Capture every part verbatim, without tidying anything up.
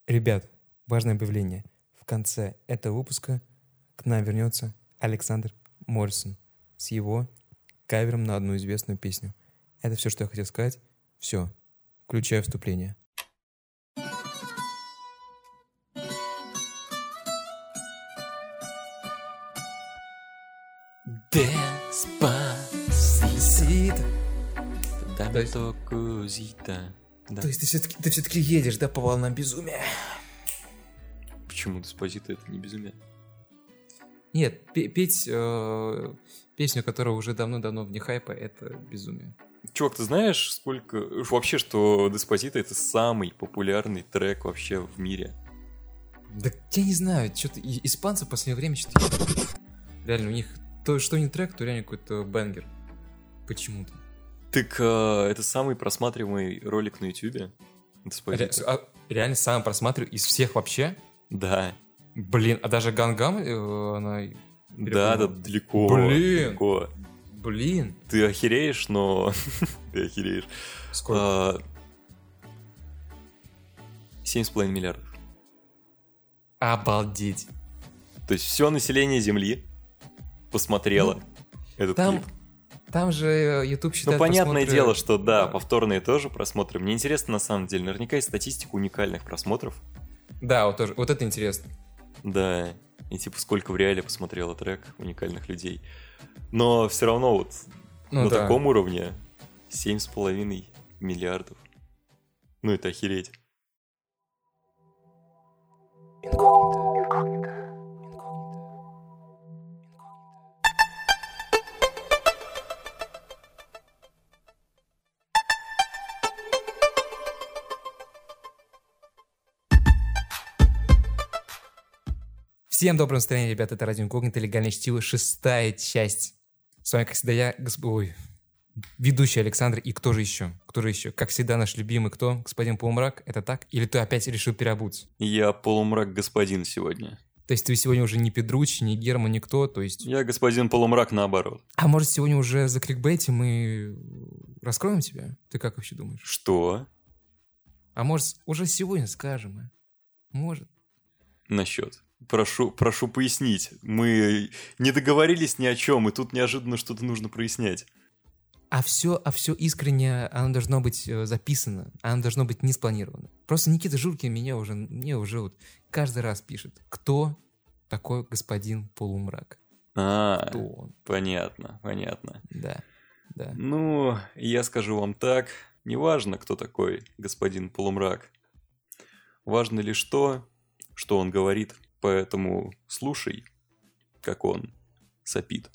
Ребят, важное объявление. В конце этого выпуска к нам вернется Александр Моррисон с его кавером на одну известную песню. Это все, что я хотел сказать. Все. Включаю вступление. Деспасито. То есть, то есть ты все-таки, ты все-таки едешь, да, по волнам безумия? Почему Деспасито это не безумие? Нет, п- петь э, песню, которая уже давно-давно вне хайпа, это безумие. Чувак, ты знаешь, сколько... Вообще, что Деспасито это самый популярный трек вообще в мире? Да я не знаю, что-то испанцы в последнее время что-то... Реально, у них то, что не трек, то реально какой-то бенгер. Почему-то. Так а, это самый просматриваемый ролик на Ютубе. Ре- а, реально самый просматриваю из всех вообще? Да. Блин, а даже Гангам, э, она... Да, да, далеко. Блин. далеко. Блин. Ты охереешь, но... Ты охереешь. Сколько? А, Семь с половиной миллиардов. Обалдеть. То есть все население Земли посмотрело Ну, этот Там, клип. там же YouTube Ну, считает понятное просмотры- дело, что да, Да. повторные тоже просмотры. Мне интересно, на самом деле, наверняка есть статистика уникальных просмотров. Да, вот тоже. Вот это интересно. Да, и типа сколько в реале посмотрело трек уникальных людей. Но все равно вот Ну на да. таком уровне семь с половиной миллиардов. Ну это охереть. Всем доброго настроения, ребята, это Радио Инкогнито, легальное чтиво, шестая часть. С вами, как всегда, я, госп... Ой, ведущий Александр, и кто же еще? Кто же еще? Как всегда, наш любимый кто? Господин Полумрак, это так? Или ты опять решил переобуться? Я полумрак господин сегодня. То есть ты сегодня уже не Педруч, не Герман, никто, то есть... Я господин полумрак наоборот. А может, сегодня уже за кликбейтим мы раскроем тебя? Ты как вообще думаешь? Что? А может, уже сегодня скажем, а? Может. Насчет. Прошу, прошу пояснить. Мы не договорились ни о чем, и тут неожиданно что-то нужно прояснять. А все, а все искренне, оно должно быть э, записано, оно должно быть не спланировано. Просто Никита Журкин меня уже, мне уже вот каждый раз пишет, кто такой господин Полумрак? А, Кто он? понятно, понятно. Да, да. Ну, я скажу вам так. Неважно, кто такой господин полумрак. Важно лишь то, что он говорит. Поэтому слушай, как он сопит.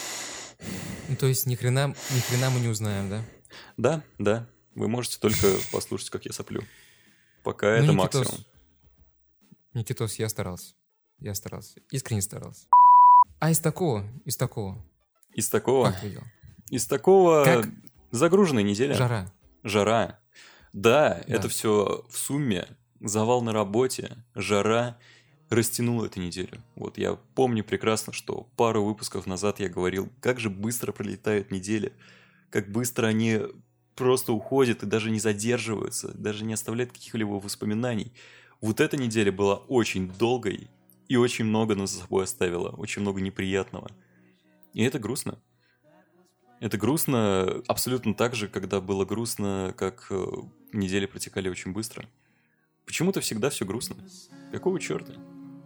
Ну, то есть ни хрена, ни хрена мы не узнаем, да? Да, да. Вы можете только послушать, как я соплю. Пока Ну, это Никитос, максимум. Никитос, я старался. Я старался. Искренне старался. А из такого, из такого, Из такого... как твое дело? Из такого... Как? Загруженная неделя. Жара. Жара. Да, Да. это все в сумме. Завал на работе, жара растянула эту неделю. Вот я помню прекрасно, что пару выпусков назад я говорил, как же быстро пролетают недели, как быстро они просто уходят и даже не задерживаются, даже не оставляют каких-либо воспоминаний. Вот эта неделя была очень долгой и очень много нас за собой оставила, очень много неприятного. И это грустно. Это грустно абсолютно так же, когда было грустно, как э, недели протекали очень быстро. Почему-то всегда все грустно. Какого черта?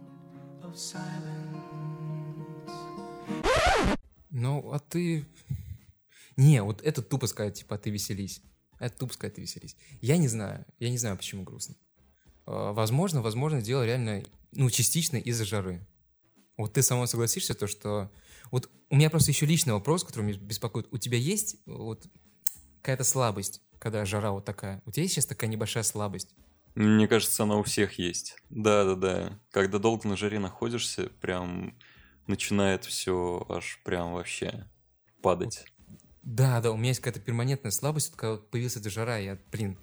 Ну, а ты... Не, вот это тупо сказать, типа, а ты веселись. Это тупо сказать, ты веселись. Я не знаю, я не знаю, почему грустно. А, Возможно, возможно, дело реально, ну, частично из-за жары. Вот ты сама согласишься, то, что... Вот у меня просто еще личный вопрос, который меня беспокоит. У тебя есть вот какая-то слабость, когда жара вот такая? У тебя есть сейчас такая небольшая слабость? Мне кажется, она у всех есть. Да-да-да. Когда долго на жаре находишься, прям начинает все аж прям вообще падать. Да, да, у меня есть какая-то перманентная слабость, вот когда появилась эта жара, я, блин,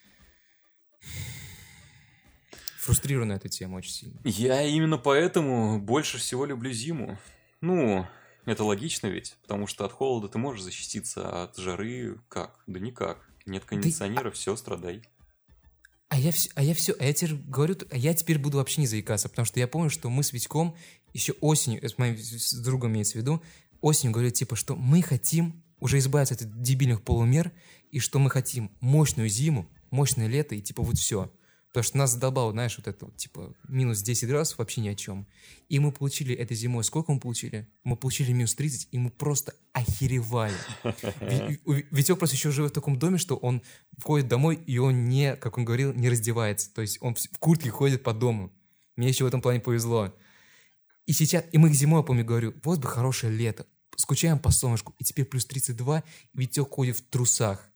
фрустрирован на эту тему очень сильно. Я именно поэтому больше всего люблю зиму. Ну, это логично ведь, потому что от холода ты можешь защититься, а от жары как? Да никак. Нет кондиционера, все, страдай. А я все, а я все, а я теперь говорю, а я теперь буду вообще не заикаться, потому что я помню, что мы с Витьком еще осенью, с моим с другом имеется в виду, осенью говорили, типа, что мы хотим уже избавиться от этих дебильных полумер, и что мы хотим мощную зиму, мощное лето, и типа вот все. Потому что нас задолбало, знаешь, вот это вот, типа, минус десять градусов вообще ни о чем. И мы получили этой зимой, сколько мы получили? Мы получили минус тридцать, и мы просто охеревали. Ви- у- Витек просто еще живет в таком доме, что он входит домой, и он не, как он говорил, не раздевается. То есть он в в куртке ходит по дому. Мне еще в этом плане повезло. И сейчас, и мы к зимой, я помню, говорю, вот бы хорошее лето. Скучаем по солнышку, и теперь плюс тридцать два, и Витек ходит в трусах.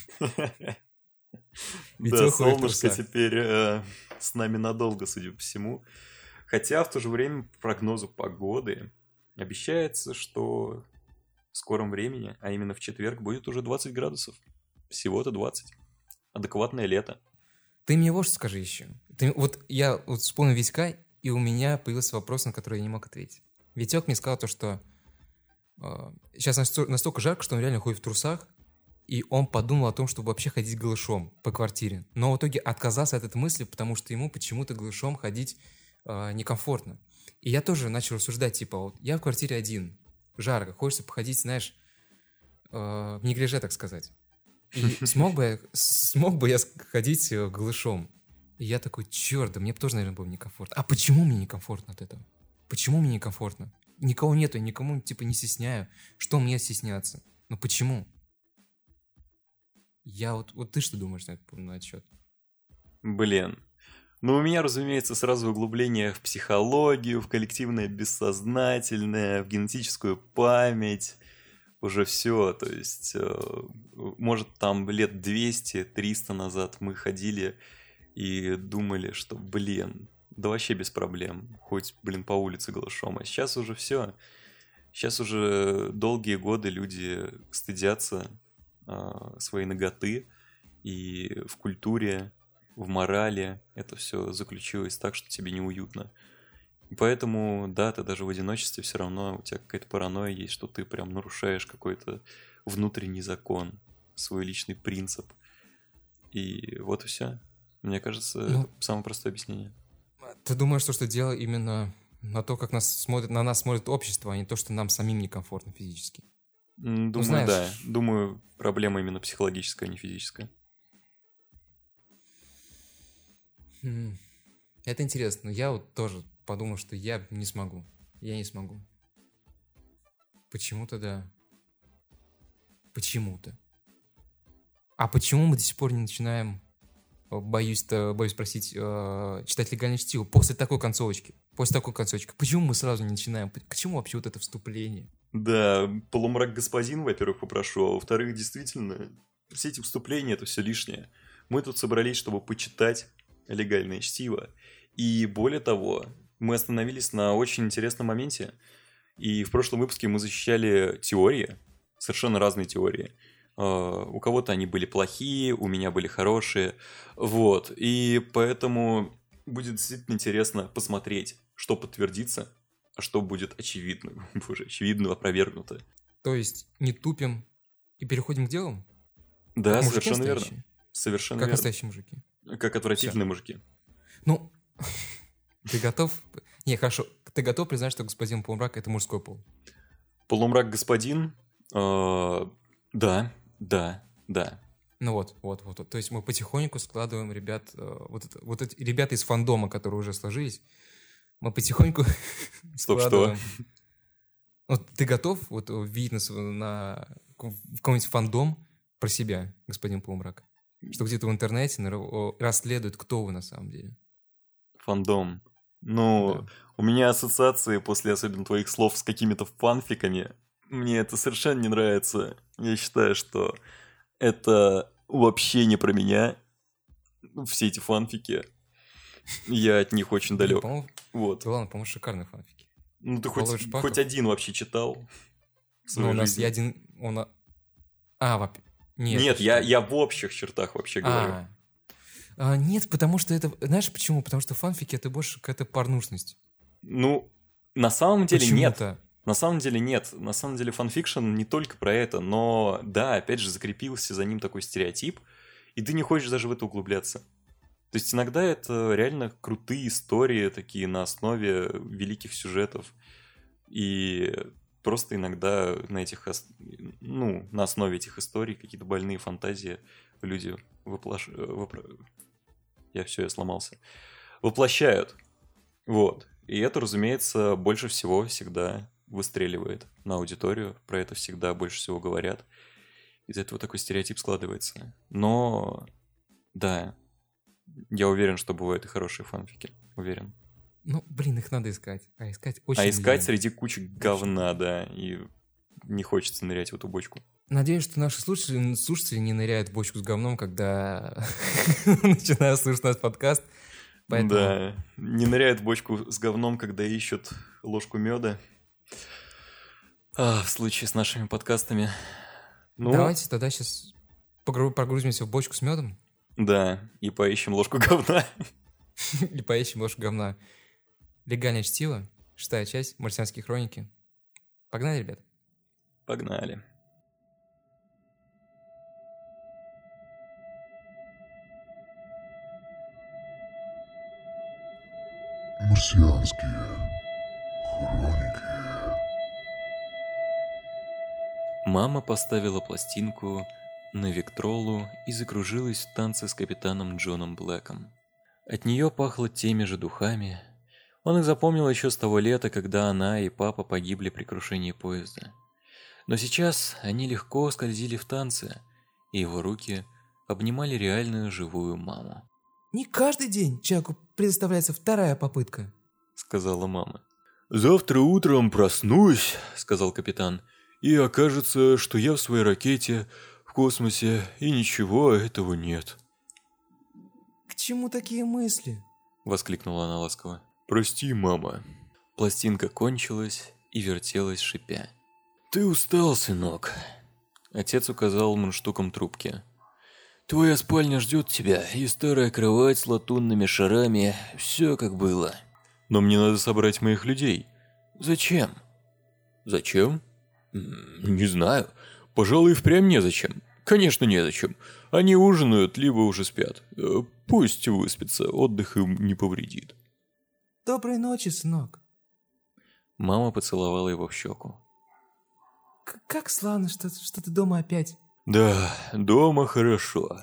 Да, Витек ходит в солнышко трусах. теперь э, с нами надолго, судя по всему. Хотя в то же время по прогнозу погоды обещается, что в скором времени, а именно в четверг, будет уже двадцать градусов. Всего-то двадцать. Адекватное лето. Ты мне вот что скажи еще. Ты, вот я вот вспомнил Витька, и у меня появился вопрос, на который я не мог ответить. Витек мне сказал то, что э, сейчас насто- настолько жарко, что он реально ходит в трусах, и он подумал о том, чтобы вообще ходить голышом по квартире. Но в итоге отказался от этой мысли, потому что ему почему-то голышом ходить э, некомфортно. И я тоже начал рассуждать, типа, вот я в квартире один, жарко, хочется походить, знаешь, э, в неглиже, так сказать. И смог бы я, смог бы я ходить э, голышом? И я такой, черт, да мне бы тоже, наверное, было некомфортно. А почему мне некомфортно от этого? Почему мне некомфортно? Никого нету, я никому, типа, не стесняю. Что мне стесняться? Ну почему? Я вот, вот ты что думаешь на этот, на этот счет? Блин. Ну, у меня, разумеется, сразу углубление в психологию, в коллективное бессознательное, в генетическую память. Уже все. То есть, э, может, там лет двести-триста назад мы ходили и думали, что, блин, да вообще без проблем. Хоть, блин, по улице голышом. А сейчас уже все. Сейчас уже долгие годы люди стыдятся а, своей наготы, и в культуре, в морали это все заключилось так, что тебе неуютно. И поэтому, да, ты даже в одиночестве все равно, у тебя какая-то паранойя есть, что ты прям нарушаешь какой-то внутренний закон, свой личный принцип. И вот и все. Мне кажется, Ну, это самое простое объяснение. ты думаешь, что, что дело именно на то, как нас смотрит, на нас смотрит общество, а не то, что нам самим некомфортно физически? М, Ну, Думаю, знаешь, да. Думаю, проблема именно психологическая, а не физическая. м, это интересно. Я вот тоже подумал, что я не смогу. Я не смогу. Почему-то да. Почему-то. А почему мы до сих пор не начинаем, э, боюсь, то, боюсь спросить, э, читать «Легальное чтиво» после такой концовочки? После такой концовочки. Почему мы сразу не начинаем? П- К чему вообще вот это вступление? Да, полумрак господин, во-первых, попрошу, а во-вторых, действительно, все эти вступления — это все лишнее. Мы тут собрались, чтобы почитать легальное чтиво. И более того, мы остановились на очень интересном моменте. И в прошлом выпуске мы защищали теории, совершенно разные теории. А, У кого-то они были плохие, у меня были хорошие. Вот. И поэтому будет действительно интересно посмотреть, что подтвердится, а что будет очевидно, боже, очевидно опровергнуто. То есть не тупим и переходим к делу? Да, Как мужики совершенно верно. настоящие? Совершенно Как верно. настоящие мужики? Как отвратительные мужики. Ну, ты готов? Не, хорошо. Ты готов признать, что господин Полумрак — это мужской пол? Полумрак господин. э, Да, да, да. Ну вот, вот, вот, вот. То есть мы потихоньку складываем ребят, э, вот, это- вот эти ребята из фандома, которые уже сложились, мы потихоньку Стоп, что? складываем. Вот ты готов вот видеть на, св- на в какой-нибудь фандом про себя, господин Полумрак? Что где-то в интернете нар- о, расследуют, кто вы на самом деле. Фандом. Ну, Да. у меня ассоциации после особенно твоих слов с какими-то фанфиками. Мне это совершенно не нравится. Я считаю, что это вообще не про меня. Все эти фанфики. Я от них очень Не, далек. по-моему, Вот. да ладно, по-моему, шикарные фанфики. Ну, ты Володя хоть, Шпаков. хоть один вообще читал в Ну, своей у нас жизни? я один... Он... а- А, воп... Нет, Нет, ты я, что? я в общих чертах вообще говорю. А. А, нет, потому что это... Знаешь почему? Потому что фанфики — это больше какая-то порнушность. Ну, на самом деле нет. Почему-то. На самом деле нет. На самом деле фанфикшн не только про это, но да, опять же, закрепился за ним такой стереотип, и ты не хочешь даже в это углубляться. То есть иногда это реально крутые истории, такие на основе великих сюжетов. И просто иногда на этих, ну, на основе этих историй какие-то больные фантазии люди воплощ... вопро... Я все, я сломался. Воплощают. Вот. И это, разумеется, больше всего всегда выстреливает на аудиторию. Про это всегда больше всего говорят. Из этого такой стереотип складывается. Но, да, я уверен, что бывают и хорошие фанфики. Уверен. Ну, блин, их надо искать. А искать очень А искать лень. среди кучи говна, да. И не хочется нырять в эту бочку. Надеюсь, что наши слушатели, слушатели не ныряют в бочку с говном, когда начинают слушать наш подкаст. Поэтому... Да, не ныряют в бочку с говном, когда ищут ложку меда. А, в случае с нашими подкастами. Ну, давайте тогда сейчас погру- погрузимся в бочку с медом. Да, и поищем ложку говна. И поищем ложку говна. Легальное чтиво, шестая часть, марсианские хроники. Погнали, ребят? Погнали. Марсианские хроники. Мама поставила пластинку на Виктролу и закружилась в танце с капитаном Джоном Блэком. От нее пахло теми же духами. Он их запомнил еще с того лета, когда она и папа погибли при крушении поезда. Но сейчас они легко скользили в танце, и его руки обнимали реальную живую маму. Не каждый день человеку предоставляется вторая попытка, сказала мама. «Завтра утром проснусь», — сказал капитан, «и окажется, что я в своей ракете в космосе, и ничего этого нет». «К чему такие мысли?» — воскликнула она ласково. «Прости, мама». Пластинка кончилась и вертелась, шипя. «Ты устал, сынок?» Отец указал мундштуком трубки. «Твоя спальня ждет тебя, и старая кровать с латунными шарами, все как было. Но мне надо собрать моих людей». «Зачем?» «Зачем? Не знаю. Пожалуй, впрямь незачем. Конечно, незачем. Они ужинают, либо уже спят. Пусть выспятся, отдых им не повредит». «Доброй ночи, сынок». Мама поцеловала его в щеку. К- как славно, что, что ты дома опять. «Да, дома хорошо».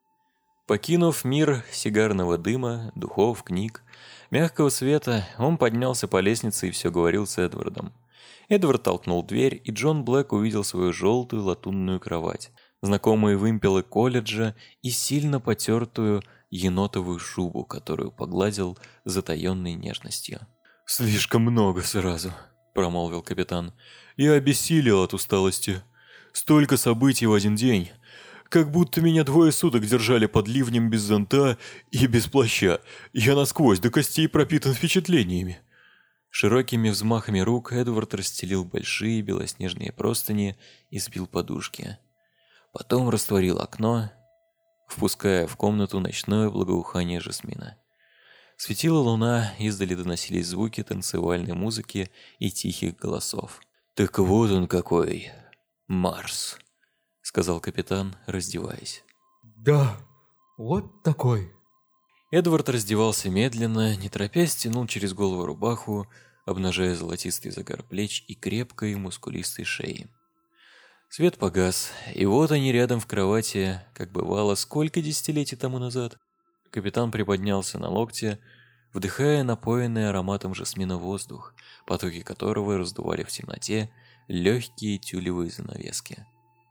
Покинув мир сигарного дыма, духов, книг, мягкого света, он поднялся по лестнице и все говорил с Эдвардом. Эдвард толкнул дверь, и Джон Блэк увидел свою желтую латунную кровать, знакомые вымпелы колледжа и сильно потертую енотовую шубу, которую погладил с затаенной нежностью. «Слишком много сразу», — промолвил капитан. «Я обессилел от усталости. Столько событий в один день. Как будто меня двое суток держали под ливнем без зонта и без плаща. Я насквозь до костей пропитан впечатлениями». Широкими взмахами рук Эдвард расстелил большие белоснежные простыни и сбил подушки. Потом растворил окно, впуская в комнату ночное благоухание жасмина. Светила луна, издали доносились звуки танцевальной музыки и тихих голосов. «Так вот он какой, Марс», — сказал капитан, раздеваясь. Да, вот такой. Эдвард раздевался медленно, не торопясь, тянул через голову рубаху, обнажая золотистый загар плеч и крепкой мускулистой шеи. Свет погас, и вот они рядом в кровати, как бывало, сколько десятилетий тому назад. Капитан приподнялся на локте, вдыхая напоенный ароматом жасмина воздух, потоки которого раздували в темноте легкие тюлевые занавески.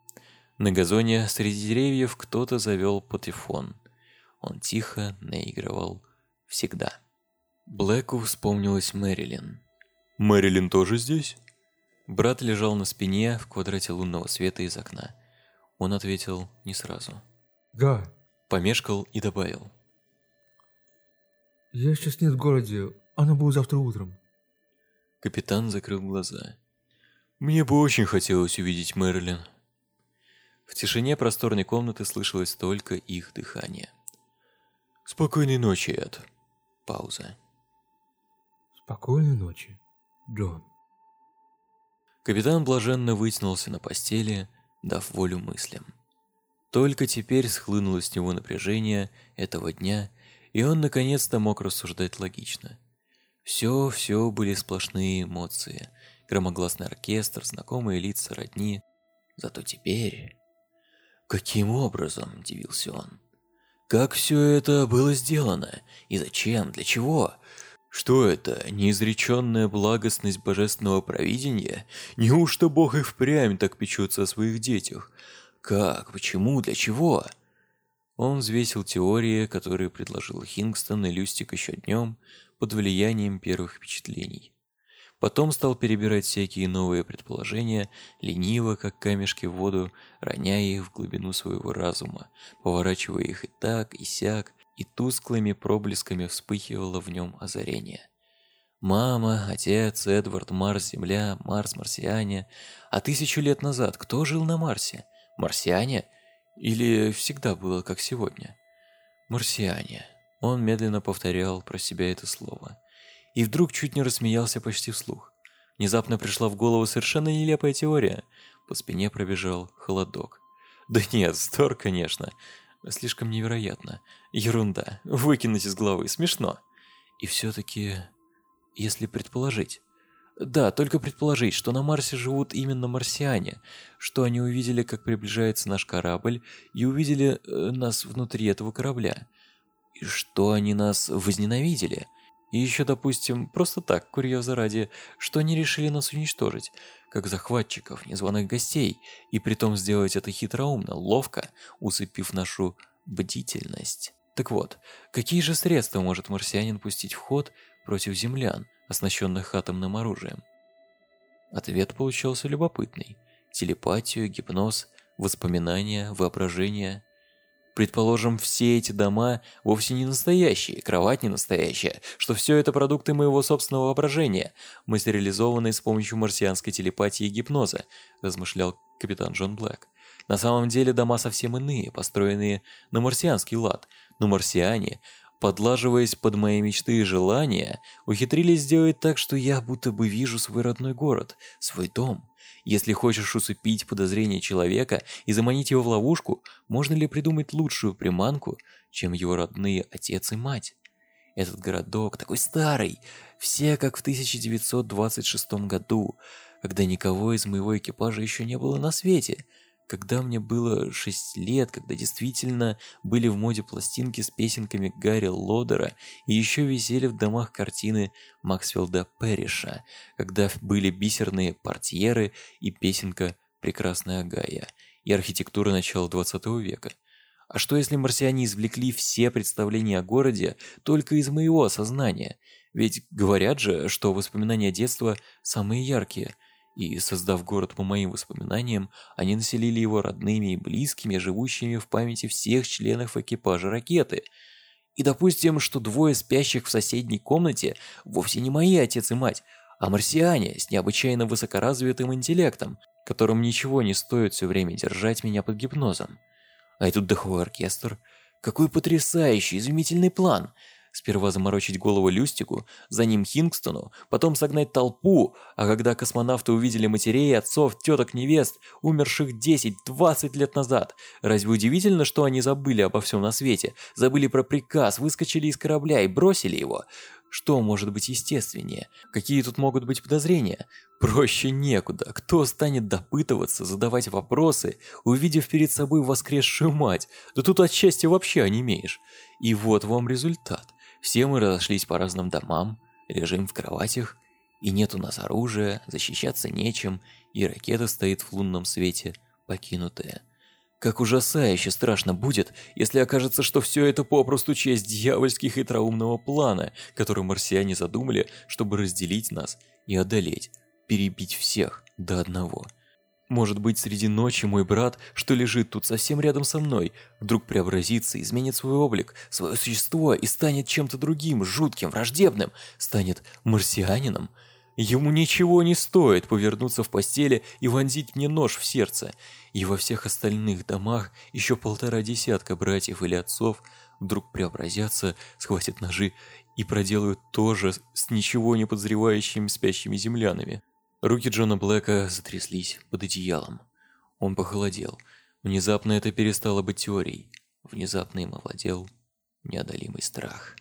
На газоне среди деревьев кто-то завел патефон. Он тихо наигрывал всегда. Блэку вспомнилась Мэрилин. «Мэрилин тоже здесь?» Брат лежал на спине в квадрате лунного света из окна. Он ответил не сразу. Да. Помешкал и добавил. Я сейчас нет в городе, она будет завтра утром. Капитан закрыл глаза. «Мне бы очень хотелось увидеть Мэрилин». В тишине просторной комнаты слышалось только их дыхание. «Спокойной ночи, Эд». Пауза. Спокойной ночи, Джон. Капитан блаженно вытянулся на постели, дав волю мыслям. Только теперь схлынуло с него напряжение этого дня, и он наконец-то мог рассуждать логично. Все, все были сплошные эмоции. Громогласный оркестр, знакомые лица, родни. Зато теперь... Каким образом, удивился он. Как все это было сделано? И зачем? Для чего? Что это? Неизреченная благостность божественного провидения? Неужто Бог и впрямь так печется о своих детях? Как? Почему? Для чего? Он взвесил теории, которые предложил Хингстон и Люстик еще днем, под влиянием первых впечатлений. Потом стал перебирать всякие новые предположения, лениво, как камешки в воду, роняя их в глубину своего разума, поворачивая их и так, и сяк, и тусклыми проблесками вспыхивало в нем озарение. Мама, отец, Эдвард, Марс, Земля, Марс, марсиане. А тысячу лет назад кто жил на Марсе? Марсиане? Или всегда было как сегодня? Марсиане. Он медленно повторял про себя это слово. И вдруг чуть не рассмеялся почти вслух. Внезапно пришла в голову совершенно нелепая теория. По спине пробежал холодок. Да нет, вздор, конечно. Слишком невероятно. Ерунда. Выкинуть из головы. Смешно. И все-таки, если предположить... Да, только предположить, что на Марсе живут именно марсиане, что они увидели, как приближается наш корабль, и увидели э, нас внутри этого корабля. И что они нас возненавидели. И еще, допустим, просто так, курьеза ради, что они решили нас уничтожить, как захватчиков, незваных гостей, и притом сделать это хитроумно, ловко, усыпив нашу бдительность. Так вот, какие же средства может марсианин пустить в ход против землян, оснащенных атомным оружием? Ответ получался любопытный. Телепатию, гипноз, воспоминания, воображение. Предположим, все эти дома вовсе не настоящие, кровать не настоящая, что все это продукты моего собственного воображения, материализованные с помощью марсианской телепатии и гипноза, размышлял капитан Джон Блэк. На самом деле дома совсем иные, построенные на марсианский лад, но марсиане, подлаживаясь под мои мечты и желания, ухитрились сделать так, что я будто бы вижу свой родной город, свой дом. Если хочешь усыпить подозрение человека и заманить его в ловушку, можно ли придумать лучшую приманку, чем его родные отец и мать? Этот городок такой старый, все как в тысяча девятьсот двадцать шестом году, когда никого из моего экипажа еще не было на свете, когда мне было шесть лет, когда действительно были в моде пластинки с песенками Гарри Лодера и еще висели в домах картины Максвелда Перриша, когда были бисерные портьеры и песенка «Прекрасная Гая» и архитектура начала двадцатого века. А что если марсиане извлекли все представления о городе только из моего сознания? Ведь говорят же, что воспоминания детства самые яркие – и, создав город по моим воспоминаниям, они населили его родными и близкими, живущими в памяти всех членов экипажа ракеты. И допустим, что двое спящих в соседней комнате вовсе не мои отец и мать, а марсиане с необычайно высокоразвитым интеллектом, которым ничего не стоит все время держать меня под гипнозом. А и тут духовой оркестр. Какой потрясающий, изумительный план! Сперва заморочить голову Люстику, за ним Хингстону, потом согнать толпу, а когда космонавты увидели матерей, отцов, теток, невест, умерших десять-двадцать лет назад, разве удивительно, что они забыли обо всем на свете, забыли про приказ, выскочили из корабля и бросили его? Что может быть естественнее? Какие тут могут быть подозрения? Проще некуда. Кто станет допытываться, задавать вопросы, увидев перед собой воскресшую мать? Да тут от счастья вообще онемеешь. И вот вам результат. Все мы разошлись по разным домам, лежим в кроватях, и нет у нас оружия, защищаться нечем, и ракета стоит в лунном свете, покинутая. Как ужасающе страшно будет, если окажется, что все это попросту часть дьявольски хитроумного плана, который марсиане задумали, чтобы разделить нас и одолеть, перебить всех до одного. Может быть, среди ночи мой брат, что лежит тут совсем рядом со мной, вдруг преобразится, изменит свой облик, свое существо и станет чем-то другим, жутким, враждебным, станет марсианином. Ему ничего не стоит повернуться в постели и вонзить мне нож в сердце. И во всех остальных домах еще полтора десятка братьев или отцов вдруг преобразятся, схватят ножи и проделают то же с ничего не подозревающими спящими землянами. Руки Джона Блэка затряслись под одеялом. Он похолодел. Внезапно это перестало быть теорией. Внезапно им овладел неодолимый страх.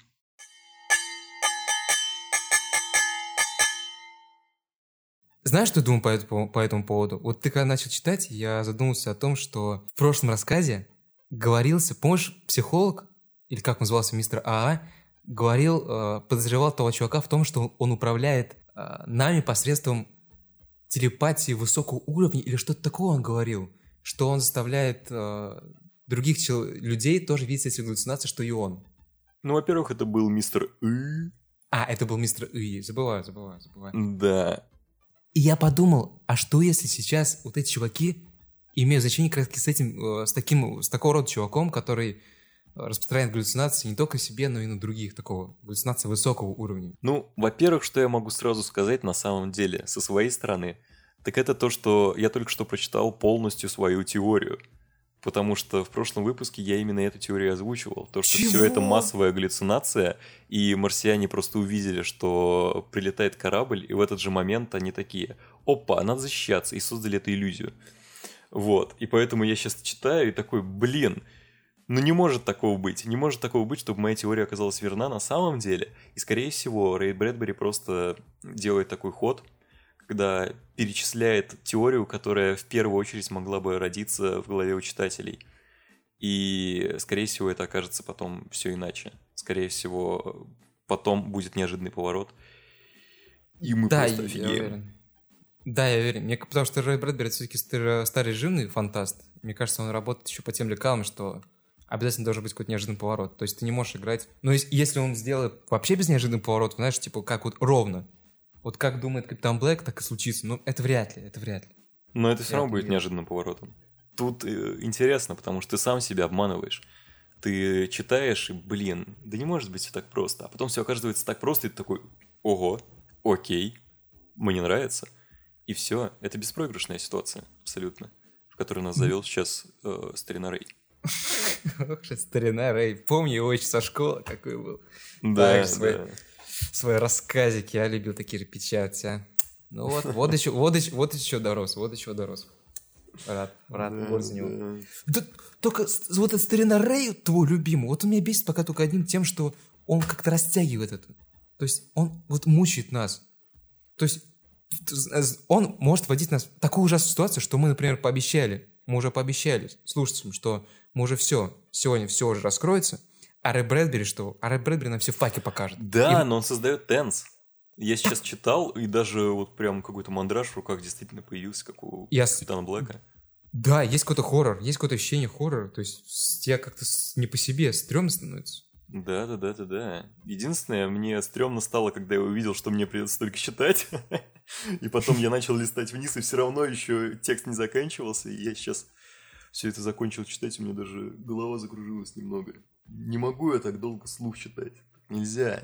Знаешь, что я думаю по этому, по этому поводу? Вот ты когда начал читать, я задумался о том, что в прошлом рассказе говорился, помнишь, психолог, или как назывался мистер АА, говорил, э, подозревал того чувака в том, что он управляет э, нами посредством телепатии высокого уровня, или что-то такое он говорил, что он заставляет э, других чел- людей тоже видеть эти галлюцинации, что и он. Ну, во-первых, это был мистер И. А, это был мистер И, забываю, забываю, забываю. Да. И я подумал, а что если сейчас вот эти чуваки имеют значение как раз с этим, э, с таким, с такого рода чуваком, который распространяет галлюцинации не только себе, но и на других, такого галлюцинации высокого уровня. Ну, во-первых, что я могу сразу сказать на самом деле, со своей стороны, так это то, что я только что прочитал полностью свою теорию. Потому что в прошлом выпуске я именно эту теорию озвучивал. То, что Чего? все это массовая галлюцинация, и марсиане просто увидели, что прилетает корабль, и в этот же момент они такие: опа, надо защищаться, и создали эту иллюзию. Вот, и поэтому я сейчас читаю и такой: блин, ну не может такого быть, не может такого быть, чтобы моя теория оказалась верна на самом деле. И скорее всего Рэй Брэдбери просто делает такой ход, когда перечисляет теорию, которая в первую очередь могла бы родиться в голове у читателей. И, скорее всего, это окажется потом все иначе. Скорее всего, потом будет неожиданный поворот. И мы да, просто я офигеем. уверен. Да, я уверен. Мне, потому что Рэй Брэдбери все-таки старый, старый режимный фантаст. Мне кажется, он работает еще по тем лекалам, что обязательно должен быть какой-то неожиданный поворот. То есть ты не можешь играть... Но если он сделает вообще без неожиданного поворота, знаешь, типа как вот ровно, вот как думает Капитан Блэк, так и случится. Ну, это вряд ли, это вряд ли. Но это все Я равно будет понимаю. неожиданным поворотом. Тут э, интересно, потому что ты сам себя обманываешь. Ты читаешь, и, блин, да не может быть все так просто. А потом все оказывается так просто, и ты такой: ого, окей, мне нравится. И все, это беспроигрышная ситуация, абсолютно, в которую нас завел сейчас э, старина Рэй. Ох, старина Рэй. Помню его еще со школы, какой был. Да, Так, свои, да. свои рассказики, я любил такие печатать, а. Ну вот, вот еще, вот еще, вот еще дорос, вот еще дорос. Рад, рад, Да, горд за него. да. Да, только с- вот этот старина Рэй, твой любимый, вот он меня бесит пока только одним тем, что он как-то растягивает это. То есть он вот мучает нас. То есть он может вводить нас в такую ужасную ситуацию, что мы, например, пообещали, мы уже пообещали слушателям, что мы уже все, сегодня все уже раскроется, а Рэй Брэдбери что? А Рэй Брэдбери нам все факи покажет. Да, И- но он создает тенс. Я сейчас читал, и даже вот прям какой-то мандраж в руках действительно появился, как у Я с- Капитана Блэка. Да, есть какой-то хоррор, есть какое-то ощущение хоррора, то есть с- тебе как-то с- не по себе, стрёмно становится. Да, да, да, да, да. Единственное, мне стрёмно стало, когда я увидел, что мне придется только читать. И потом я начал листать вниз, и все равно еще текст не заканчивался. И я сейчас все это закончил читать, у меня даже голова закружилась немного. Не могу я так долго слух читать. Нельзя.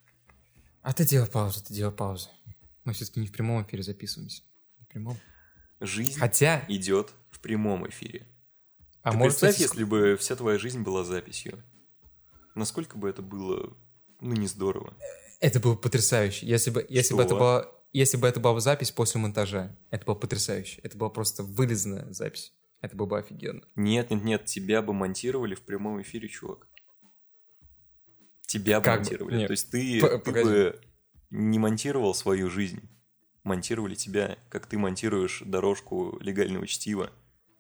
А ты делай паузу, ты делай паузу. Мы все-таки не в прямом эфире записываемся. Не в прямом. Жизнь Хотя, идет в прямом эфире. а Ты может, представь, кстати, если бы вся твоя жизнь была записью. Насколько бы это было, ну, не здорово. это было потрясающе. Если бы, если бы Что? это была, если бы это была запись после монтажа, это было потрясающе. Это была просто вырезанная запись. Это было бы офигенно. Нет, нет, нет, тебя бы монтировали в прямом эфире, чувак. Тебя бы Как бы? монтировали. Нет. То есть ты, П- ты погоди. бы не монтировал свою жизнь. Монтировали тебя, как ты монтируешь дорожку легального чтива.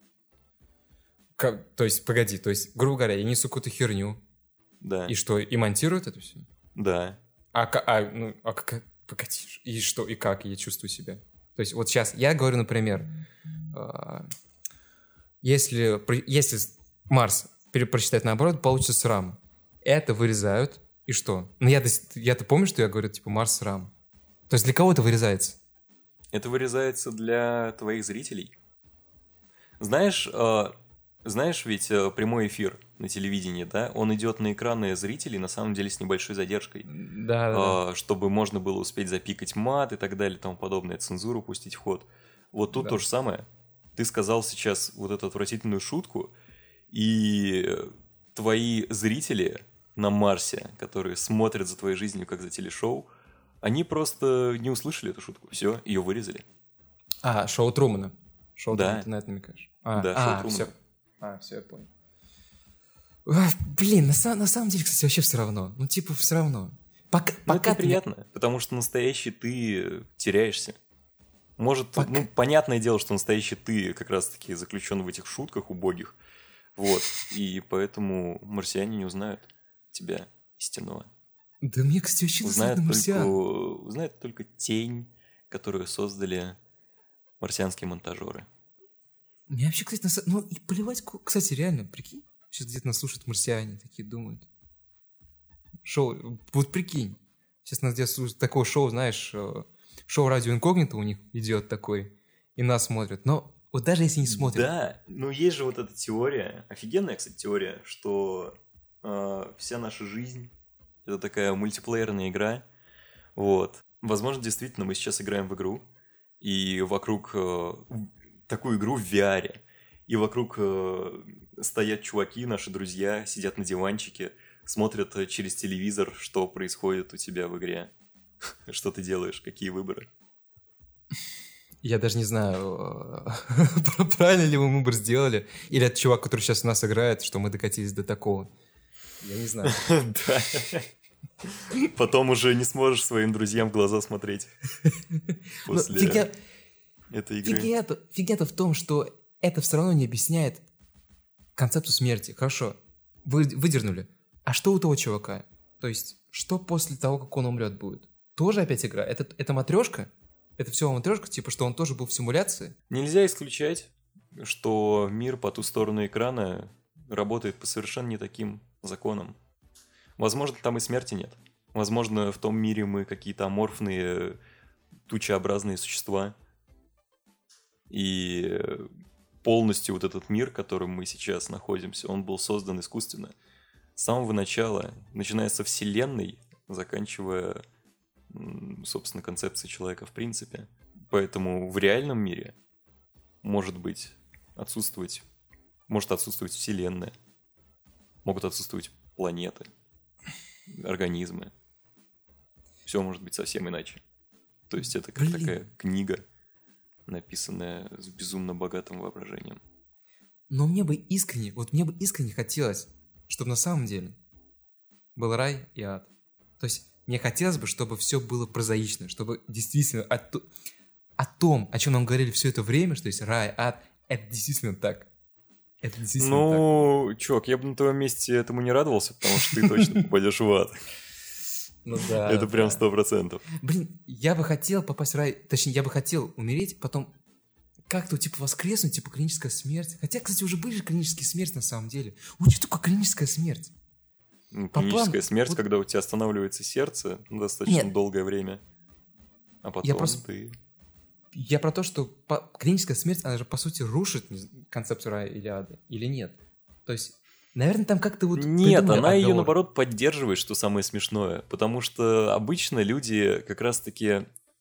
Как- то есть, погоди, то есть, грубо говоря, я несу какую-то херню. Да, И что, и монтируют это все? да. А, ка- а, ну, а как, погоди, и что, и как я чувствую себя? То есть вот сейчас я говорю, например, а, если, про- если Марс пере- прочитать наоборот, получится срам. Это вырезают, и что? Ну я-то, я-то помню, что я говорю, типа, Марс срам. То есть для кого это вырезается? Это вырезается для твоих зрителей. Знаешь, э, знаешь, ведь э, прямой эфир на телевидении, да, он идет на экраны зрителей, на самом деле, с небольшой задержкой. Да, да, да. А, чтобы можно было успеть запикать мат и так далее, и тому подобное, цензуру пустить в ход. Вот тут Да. то же самое. Ты сказал сейчас вот эту отвратительную шутку, и твои зрители на Марсе, которые смотрят за твоей жизнью как за телешоу, они просто не услышали эту шутку. Все, ее вырезали. А, шоу Трумана. Шоу Да. Трумана, ты на это намекаешь. А, Да, а, шоу Трумана. все. А, все, я понял. А, блин, на, са- на самом деле, кстати, вообще все равно. Ну, типа, все равно. Пока, Ну, пока это ты не- приятно, потому что настоящий ты теряешься. Может, Пока- ну, понятное дело, что настоящий ты как раз-таки заключен в этих шутках убогих. Вот. И поэтому марсиане не узнают тебя истинного. Да мне, кстати, вообще насрать Узнают на только, марсиан. узнают только тень, которую создали марсианские монтажеры. Мне вообще, кстати, на са- ну и плевать, ку- кстати, реально, прикинь, сейчас где-то нас слушают марсиане, такие думают. Шоу, вот прикинь, сейчас нас где-то слушают такое шоу, знаешь, э, шоу «Радио Инкогнито» у них идет такой, и нас смотрят. Но вот даже если не смотрят, Да, но есть же вот эта теория, офигенная, кстати, теория, что э, вся наша жизнь — это такая мультиплеерная игра. Вот. Возможно, действительно, мы сейчас играем в игру, и вокруг э, такую игру в ви ар, и вокруг э, стоят чуваки, наши друзья, сидят на диванчике, смотрят э, через телевизор, что происходит у тебя в игре. Что ты делаешь, какие выборы. я даже не знаю, э, правильно ли мы выбор сделали, или это чувак, который сейчас у нас играет, что мы докатились до такого. Я не знаю. Да. Потом уже не сможешь своим друзьям в глаза смотреть Ну, после фигня- этой игры. Фигня-то, фигня-то в том, что это все равно не объясняет концепцию смерти. Хорошо, вы выдернули. А что у того чувака? То есть, что после того, как он умрет, будет? Тоже опять игра? Это, это матрешка? Это все матрешка, типа, что он тоже был в симуляции? Нельзя исключать, что мир по ту сторону экрана работает по совершенно не таким законам. Возможно, там и смерти нет. Возможно, в том мире мы какие-то аморфные, тучеобразные существа. И полностью вот этот мир, в котором мы сейчас находимся, он был создан искусственно. С самого начала, начиная со Вселенной, заканчивая, м, собственно, концепцией человека в принципе. Поэтому в реальном мире может быть отсутствовать, может отсутствовать Вселенная, могут отсутствовать планеты, организмы. Все может быть совсем иначе. То есть это как Блин. такая книга, написанная с безумно богатым воображением. Но мне бы искренне, вот мне бы искренне хотелось, чтобы на самом деле был рай и ад. То есть мне хотелось бы, чтобы все было прозаично, чтобы действительно о, то- о том, о чем нам говорили все это время, что есть рай, ад, это действительно так. Это действительно так. Ну, чувак, я бы на твоем месте этому не радовался, потому что ты точно попадешь в ад. Ну да. Это прям да. сто процентов. Блин, я бы хотел попасть в рай, точнее, я бы хотел умереть, потом как-то, типа, воскреснуть, типа, клиническая смерть. Хотя, кстати, уже были же клинические смерти на самом деле. Вот что такое клиническая смерть? Ну, По Клиническая плану, смерть, вот- когда у тебя останавливается сердце ну, достаточно Нет. долгое время. А потом Я просто- ты... Я про то, что по- клиническая смерть, она же, по сути, рушит не з- концепцию рая или ада, или нет? То есть, наверное, там как-то вот... Нет, придумали она ее, отговор. наоборот, поддерживает, что самое смешное. Потому что обычно люди как раз-таки,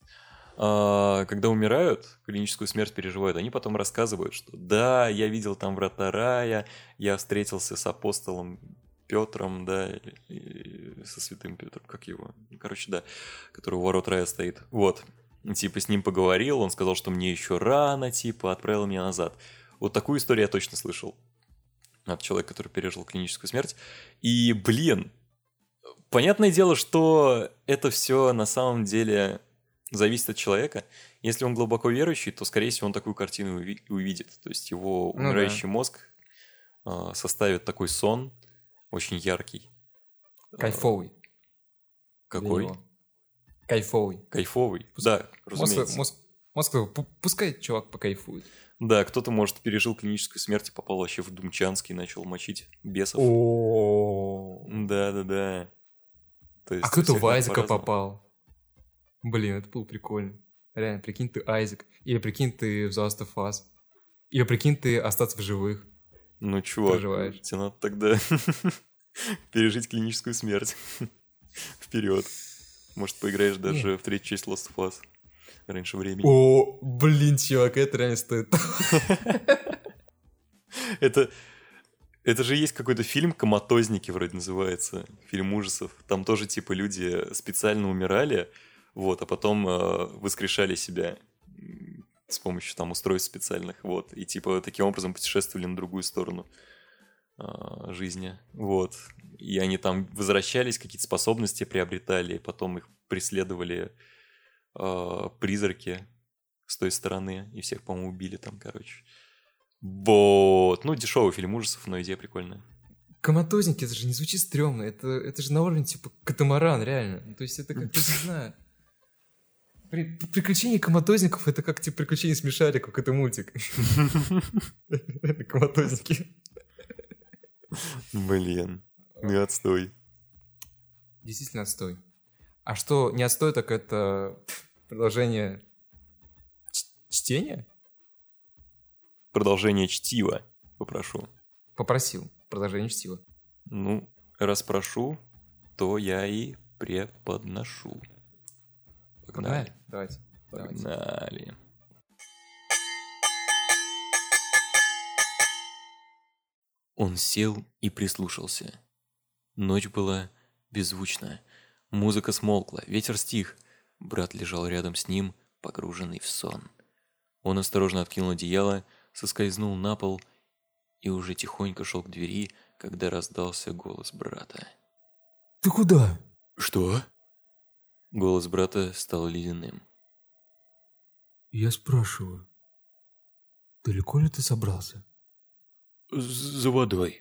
а, когда умирают, клиническую смерть переживают, они потом рассказывают, что да, я видел там врата рая, я встретился с апостолом Петром, да, или- или со святым Петром, как его? Короче, да, который у ворот рая стоит. Вот. Типа с ним поговорил, он сказал, что мне еще рано, типа, отправил меня назад. Вот такую историю я точно слышал от человека, который пережил клиническую смерть. И, блин, понятное дело, что это все на самом деле зависит от человека. Если он глубоко верующий, то, скорее всего, он такую картину уви- увидит. То есть его Ну умирающий мозг а, составит такой сон, очень яркий. Кайфовый. для Какой? него. Кайфовый. Кайфовый. Да, Мозг, разумеется. мозг, мозг такой, «Пу- пускай чувак покайфует. Да, кто-то, может, пережил клиническую смерть и попал вообще в Думчанский и начал мочить бесов. О. Да-да-да. То есть А у кто-то всех в Айзека по-разному. попал. Блин, это было прикольно. Реально, прикинь, ты Айзек. Или прикинь, ты в The Last of Us. Или прикинь, ты остаться в живых. Ну, чувак, Проживаешь. тебе надо тогда пережить клиническую смерть. Вперед. Может, поиграешь даже в третью часть Last of Us раньше времени. О, блин, чувак, это реально стоит. Это, это же есть какой-то фильм «Коматозники» вроде называется. Фильм ужасов. Там тоже, типа, люди специально умирали, вот, а потом э, воскрешали себя м, с помощью там устройств специальных, вот. И, типа, таким образом путешествовали на другую сторону. э, жизни. Вот. И они там возвращались, какие-то способности приобретали, и потом их преследовали э, призраки с той стороны, и всех, по-моему, убили там, короче. Вот. Ну, дешевый фильм ужасов, но идея прикольная. Коматозники, это же не звучит стрёмно. Это, это же на уровне типа катамаран, реально. То есть это как-то, не знаю... При, приключения коматозников — это как типа приключения смешариков, это мультик. Коматозники. Блин, не отстой. Действительно отстой. А что не отстой, так это продолжение ч- чтения? Продолжение чтива, попрошу. Попросил. Продолжение чтива. Ну, раз прошу, то я и преподношу. Погнали. Давайте. Давайте. Погнали. Он сел и прислушался. Ночь была беззвучна. Музыка смолкла, ветер стих. Брат лежал рядом с ним, погруженный в сон. Он осторожно откинул одеяло, соскользнул на пол и уже тихонько шел к двери, когда раздался голос брата. Ты куда? «Что?» Голос брата стал ледяным. Я спрашиваю. Далеко ли ты собрался? «За водой».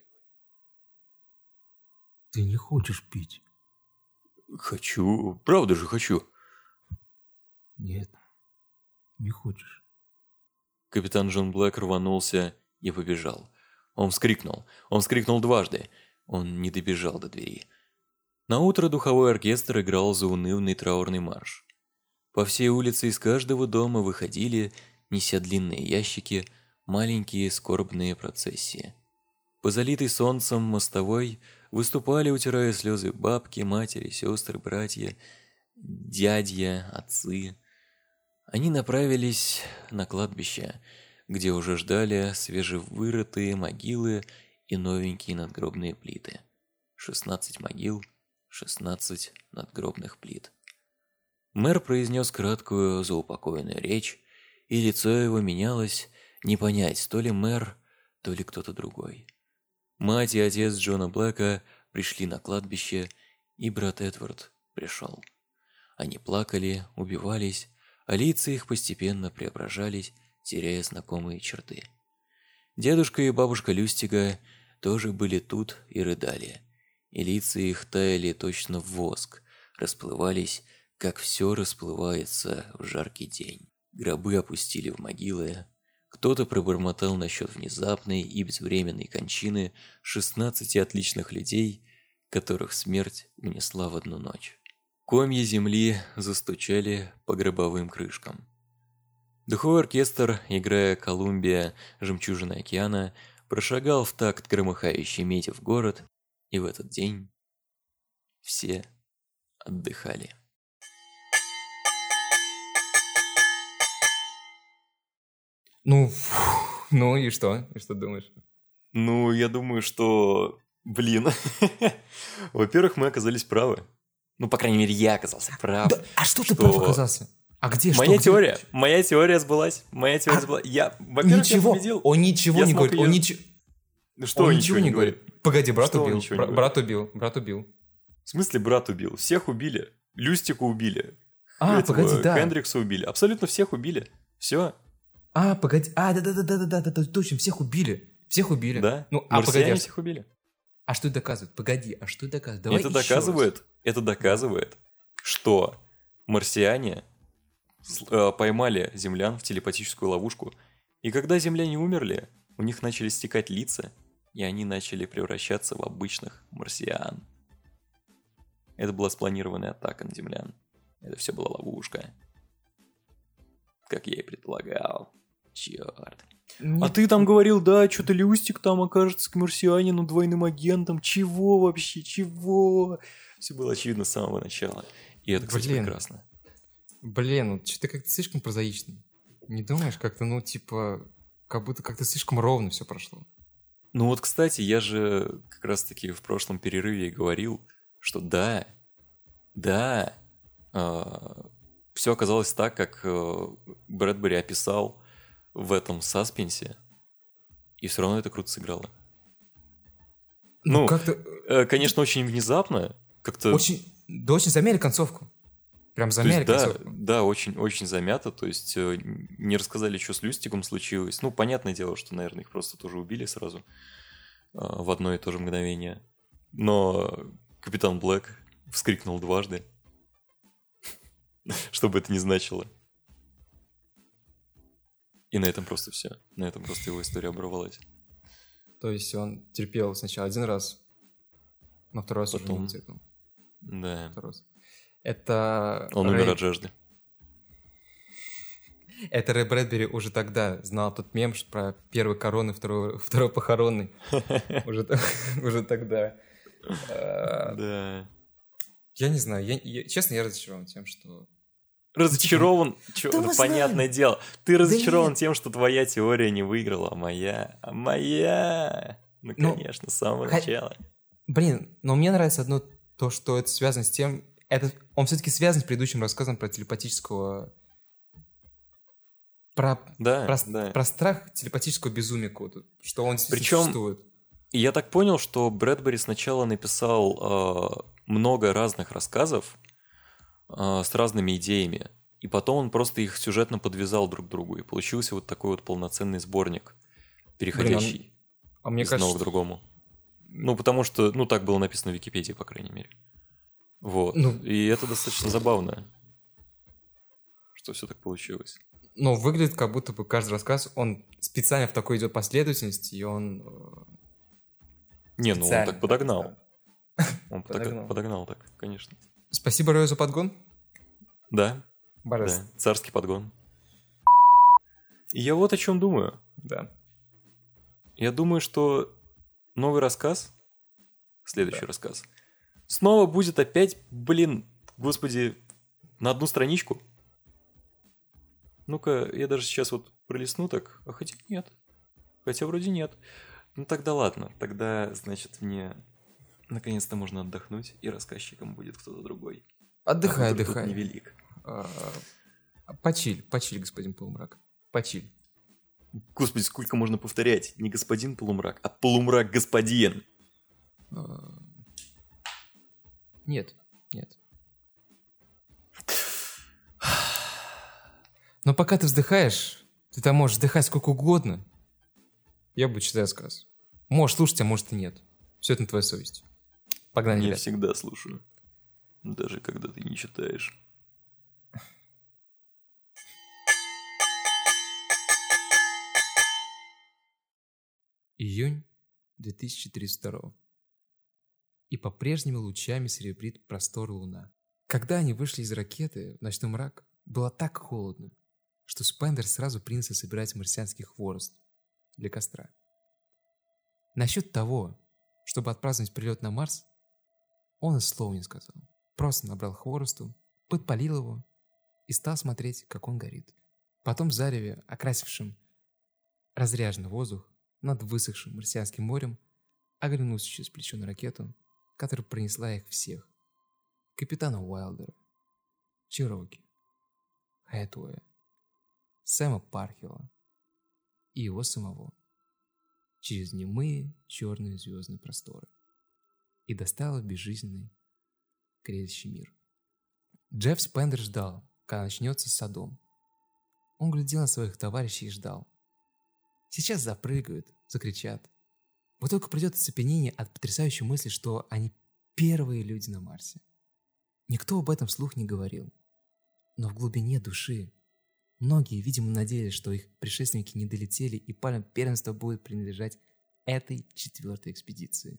Ты не хочешь пить? «Хочу, правда же хочу». Нет, не хочешь. Капитан Джон Блэк рванулся и побежал. Он вскрикнул. Он вскрикнул дважды. Он не добежал до двери. Наутро духовой оркестр играл заунывный траурный марш. По всей улице из каждого дома выходили, неся длинные ящики, маленькие скорбные процессии. По залитой солнцем мостовой выступали, утирая слезы, бабки, матери, сестры, братья, дядья, отцы. Они направились на кладбище, где уже ждали свежевырытые могилы и новенькие надгробные плиты. Шестнадцать могил, шестнадцать надгробных плит. Мэр произнес краткую заупокойную речь, и лицо его менялось, не понять, то ли мэр, то ли кто-то другой. Мать и отец Джона Блэка пришли на кладбище, и брат Эдвард пришел. Они плакали, убивались, а лица их постепенно преображались, теряя знакомые черты. Дедушка и бабушка Люстига тоже были тут и рыдали, и лица их таяли точно в воск, расплывались, как все расплывается в жаркий день. Гробы опустили в могилы. Кто-то пробормотал насчет внезапной и безвременной кончины шестнадцати отличных людей, которых смерть унесла в одну ночь. Комья земли застучали по гробовым крышкам. Духовой оркестр, играя «Колумбия. Жемчужина океана», прошагал в такт громыхающей меди в город, и в этот день все отдыхали. Ну, фу, ну и что? И что думаешь? Ну, я думаю, что... Блин. Во-первых, мы оказались правы. Ну, по крайней мере, я оказался прав. Да, а что, что... ты прав оказался? А где, что, Моя где? теория, моя теория сбылась. Моя теория А, сбылась. Я, во-первых, я Ничего, победил. он ничего Я не смог говорит, он её- ничего... Ну что он он ничего не говорит. Погоди, брат Что он убил, ничего не бра- говорит? брат убил, брат убил. В смысле брат убил? Всех убили. Люстику убили. А, Этого погоди, да. Хендрикса убили. Абсолютно всех убили. Все. А, погоди, а, да-да-да-да-да-да, точно, всех убили. Всех убили. Да? Ну, а погоди, Марсиане а, всех убили. а что это доказывает? Погоди, а что это доказывает? Давай это еще раз. доказывает, это доказывает, что марсиане с- э, поймали землян в телепатическую ловушку, и когда земляне умерли, у них начали стекать лица, и они начали превращаться в обычных марсиан. Это была спланированная атака на землян. Это все была ловушка. Как я и предполагал. Черт. Нет, А ты там говорил, да, что-то Люстик там окажется к марсианину двойным агентом. Чего вообще? Чего? Все было очевидно с самого начала. И это, кстати, Блин. прекрасно. Блин, ну что-то как-то слишком прозаично. Не думаешь, как-то, ну, типа, как будто как-то слишком ровно все прошло. Ну вот, кстати, я же как раз-таки в прошлом перерыве говорил, что да, да, все оказалось так, как э, Брэдбери описал в этом саспенсе, и все равно это круто сыграло. Ну, как-то э, конечно, очень внезапно. Как-то... очень, да очень замяли концовку. Прям То замяли есть, да, концовку. да, очень, очень замято. То есть, э, не рассказали, что с Люстиком случилось. Ну, понятное дело, что, наверное, их просто тоже убили сразу. э, В одно и то же мгновение. Но Капитан Блэк вскрикнул дважды. Что бы это ни значило. И на этом просто все. На этом просто его история оборвалась. То есть он терпел сначала один раз, но второй раз уже Потом. не терпел. Да. Второй раз. Это Он Рэй... умер от жажды. Это Рэй Брэдбери уже тогда знал тот мем что про первый коронный, второй, второй похоронный. Уже т- уже тогда. А, Да. Я не знаю, я- я- честно, я разочарован тем, что... Разочарован. Чё, Да ну, мы знаем. понятное дело. Ты разочарован нет. тем, что твоя теория не выиграла, а моя. А моя. Ну, Ну, конечно, с самого ха- начала. Блин, но мне нравится одно то, что это связано с тем... Это, он все-таки связан с предыдущим рассказом про телепатического... Про, Да, про, да. про страх телепатического безумия какого-то, что он действительно Причем- существует. И я так понял, что Брэдбери сначала написал э, много разных рассказов э, с разными идеями. И потом он просто их сюжетно подвязал друг к другу. И получился вот такой вот полноценный сборник, переходящий А мне из кажется, одного к другому. Ну, потому что, ну, так было написано в Википедии, по крайней мере. Вот. Ну. И это достаточно забавно, что все так получилось. ну, выглядит как будто бы каждый рассказ, он специально в такой идет последовательности, и он... э, Не, ну он специально так подогнал. так Он так- Подогнал. подогнал так, конечно. Спасибо Рою за подгон. Да, Божественно. да, царский подгон. И я вот о чем думаю. Да. Я думаю, что новый рассказ, следующий Да. рассказ, снова будет опять, блин, господи, на одну страничку. Ну-ка, я даже сейчас вот пролистну так, а хотя нет. Хотя вроде нет. Ну тогда ладно, тогда, значит, мне наконец-то можно отдохнуть, и рассказчиком будет кто-то другой. Отдыхай, А выбор тут отдыхай. невелик. А, Почиль, почиль, господин Полумрак. Почиль. Господи, сколько можно повторять? Не господин полумрак, а полумрак господин. А, Нет, нет. Но пока ты вздыхаешь, ты там можешь вздыхать сколько угодно. Я буду читать рассказ. Можешь слушать, а может и нет. Все это на твоей совести. Погнали, Я ребят. всегда слушаю. Даже когда ты не читаешь. Июнь две тысячи тридцать второго. И по-прежнему лучами серебрит простор луна. Когда они вышли из ракеты в ночной мрак, было так холодно, что Спендер сразу принялся собирать марсианский хворост для костра. Насчет того, чтобы отпраздновать прилет на Марс, он и слова не сказал. Просто набрал хворосту, подпалил его и стал смотреть, как он горит. Потом в зареве, окрасившем разряженный воздух над высохшим марсианским морем, оглянулся через плечо на ракету, которая пронесла их всех. Капитана Уайлдера, Чироки, Хэтуэя, Сэма Пархилла и его самого через немые черные звездные просторы и достала в безжизненный грезящий мир. Джефф Спендер ждал, когда начнется Содом. Он глядел на своих товарищей и ждал. Сейчас запрыгают, закричат. Вот только придет оцепенение от потрясающей мысли, что они первые люди на Марсе. Никто об этом вслух не говорил. Но в глубине души многие, видимо, надеялись, что их предшественники не долетели и пальма первенства будет принадлежать этой четвертой экспедиции.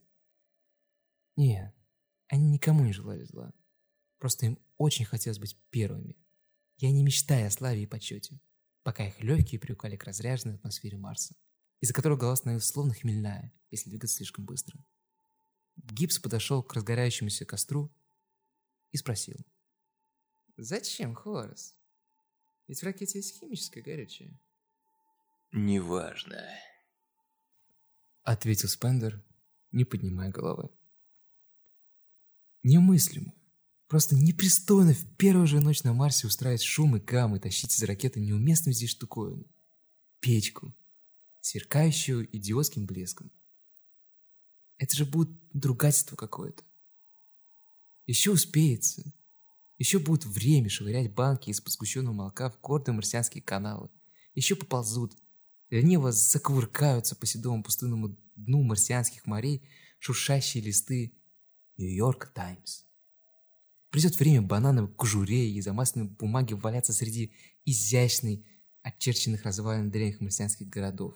Нет, они никому не желали зла. Просто им очень хотелось быть первыми. Я не мечтаю о славе и почете, пока их легкие привыкали к разряженной атмосфере Марса, из-за которой голова становилась словно хмельная, если двигаться слишком быстро. Гибс подошел к разгорающемуся костру и спросил. «Зачем хворост? Ведь в ракете есть химическое горючее». Неважно. Ответил Спендер, не поднимая головы. Немыслимо. Просто непристойно в первую же ночь на Марсе устраивать шум и гам и тащить из ракеты неуместную здесь штуковину. Печку, сверкающую идиотским блеском. Это же будет надругательство какое-то. Еще успеется. Еще будет время швырять банки из подсгущенного молока в гордые марсианские каналы. Еще поползут, лениво закувыркаются по седому пустынному дну марсианских морей шуршащие листы «Нью-Йорк Таймс». Придет время банановой кожуре и замасленной бумаги валяться среди изящной, очерченных развалин древних марсианских городов.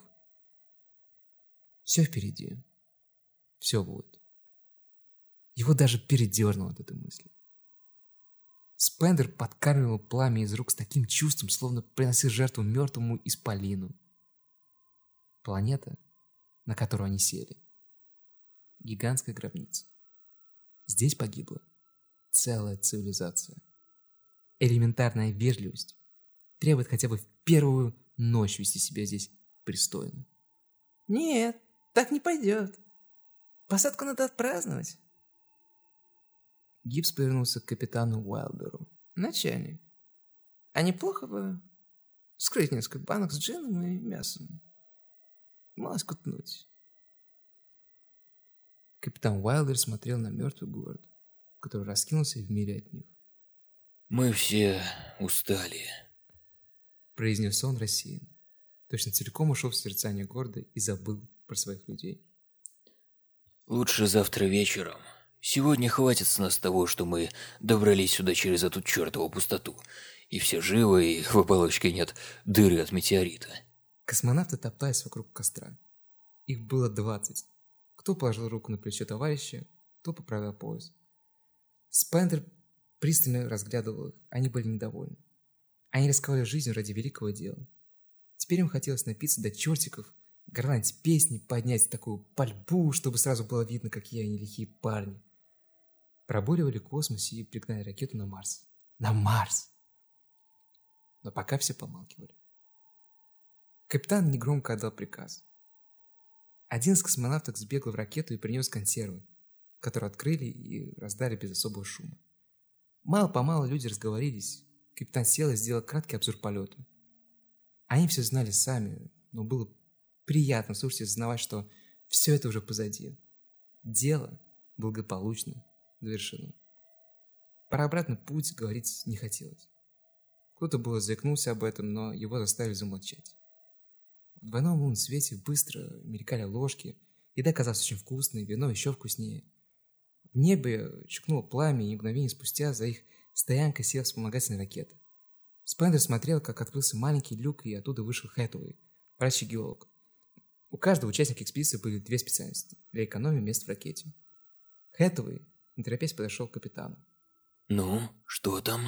Все впереди. Все будет. Его даже передернуло от этой мысли. Спендер подкармливал пламя из рук с таким чувством, словно приносил жертву мертвому исполину. Планета, на которую они сели. Гигантская гробница. Здесь погибла целая цивилизация. Элементарная вежливость требует хотя бы в первую ночь вести себя здесь пристойно. Нет, так не пойдет. Посадку надо отпраздновать. Гибс повернулся к капитану Уайлдеру. Начальник, а неплохо бы вскрыть несколько банок с джином и мясом. Малость кутнуть. Капитан Уайлдер смотрел на мертвый город, который раскинулся в миле от них. «Мы все устали», — произнес он рассеянно. Точно целиком ушел в созерцание города и забыл про своих людей. «Лучше завтра вечером. Сегодня хватит с нас того, что мы добрались сюда через эту чертову пустоту. И все живы, и в оболочке нет дыры от метеорита». Космонавты топтались вокруг костра. Их было двадцать. Кто положил руку на плечо товарища, кто поправил пояс. Спендер пристально разглядывал их, они были недовольны. Они рисковали жизнью ради великого дела. Теперь им хотелось напиться до чертиков, горланить песни, поднять такую пальбу, чтобы сразу было видно, какие они лихие парни. Пробуривали космос и пригнали ракету на Марс. На Марс! Но пока все помалкивали. Капитан негромко отдал приказ. Один из космонавтов сбегал в ракету и принес консервы, которые открыли и раздали без особого шума. Мало-помалу люди разговорились. Капитан сел и сделал краткий обзор полета. Они все знали сами, но было приятно слушать и осознавать, что все это уже позади. Дело благополучно завершено. Про обратный путь говорить не хотелось. Кто-то было заикнулся об этом, но его заставили замолчать. В двойном лунном свете быстро мелькали ложки, еда казалась очень вкусной, вино еще вкуснее. В небе чукнуло пламя, и мгновение спустя за их стоянкой села вспомогательная ракета. Спендер смотрел, как открылся маленький люк, и оттуда вышел Хэтэуэй, врач-геолог. У каждого участника экспедиции были две специальности для экономии мест в ракете. Хэтэуэй, не торопясь, подошел к капитану. «Ну, что там?»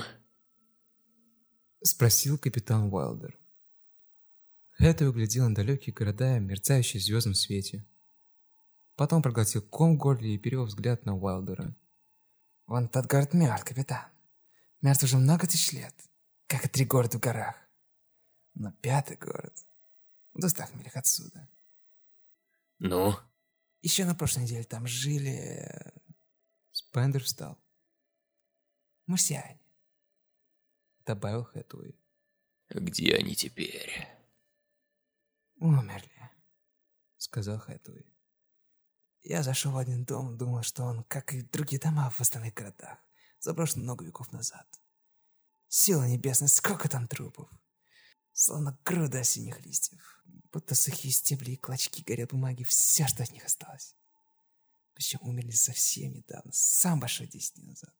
— спросил капитан Уайлдер. Хэтэуэй глядел на далекие города, мерцающие в звездном свете. Потом проглотил ком в горле и перевел взгляд на Уайлдера. «Вон тот город мертв, капитан. Мертв уже много тысяч лет, как и три города в горах. Но пятый город в двухстах милях отсюда. «Ну?» Еще на прошлой неделе там жили... Спендер встал. марсиане», — добавил Хэтэуэй. «Где они теперь?» «Умерли», — сказал Хэтэуэй. «Я зашел в один дом, думал, что он, как и другие дома в остальных городах, заброшен много веков назад. Сила небесная, сколько там трупов! Словно груда осенних листьев, будто сухие стебли и клочки горят бумаги, все, что от них осталось. Причем умерли совсем недавно, сам большой десять дней назад».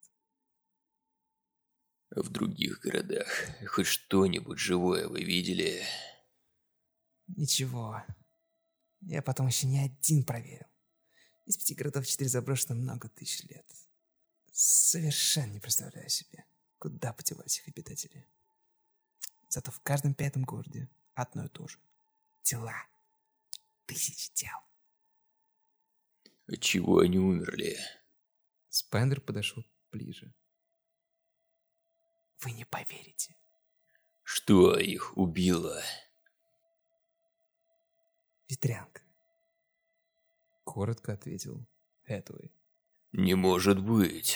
«В других городах хоть что-нибудь живое вы видели?» «Ничего. Я потом еще не один проверил. Из пяти городов четыре заброшено много тысяч лет. Совершенно не представляю себе, куда подевались их обитатели. Зато в каждом пятом городе одно и то же. Тела. Тысячи тел». «От чего они умерли?» Спендер подошел ближе. «Вы не поверите». «Что их убило?» «Ветрянка», — коротко ответил Хэтэуэй. «Не может быть».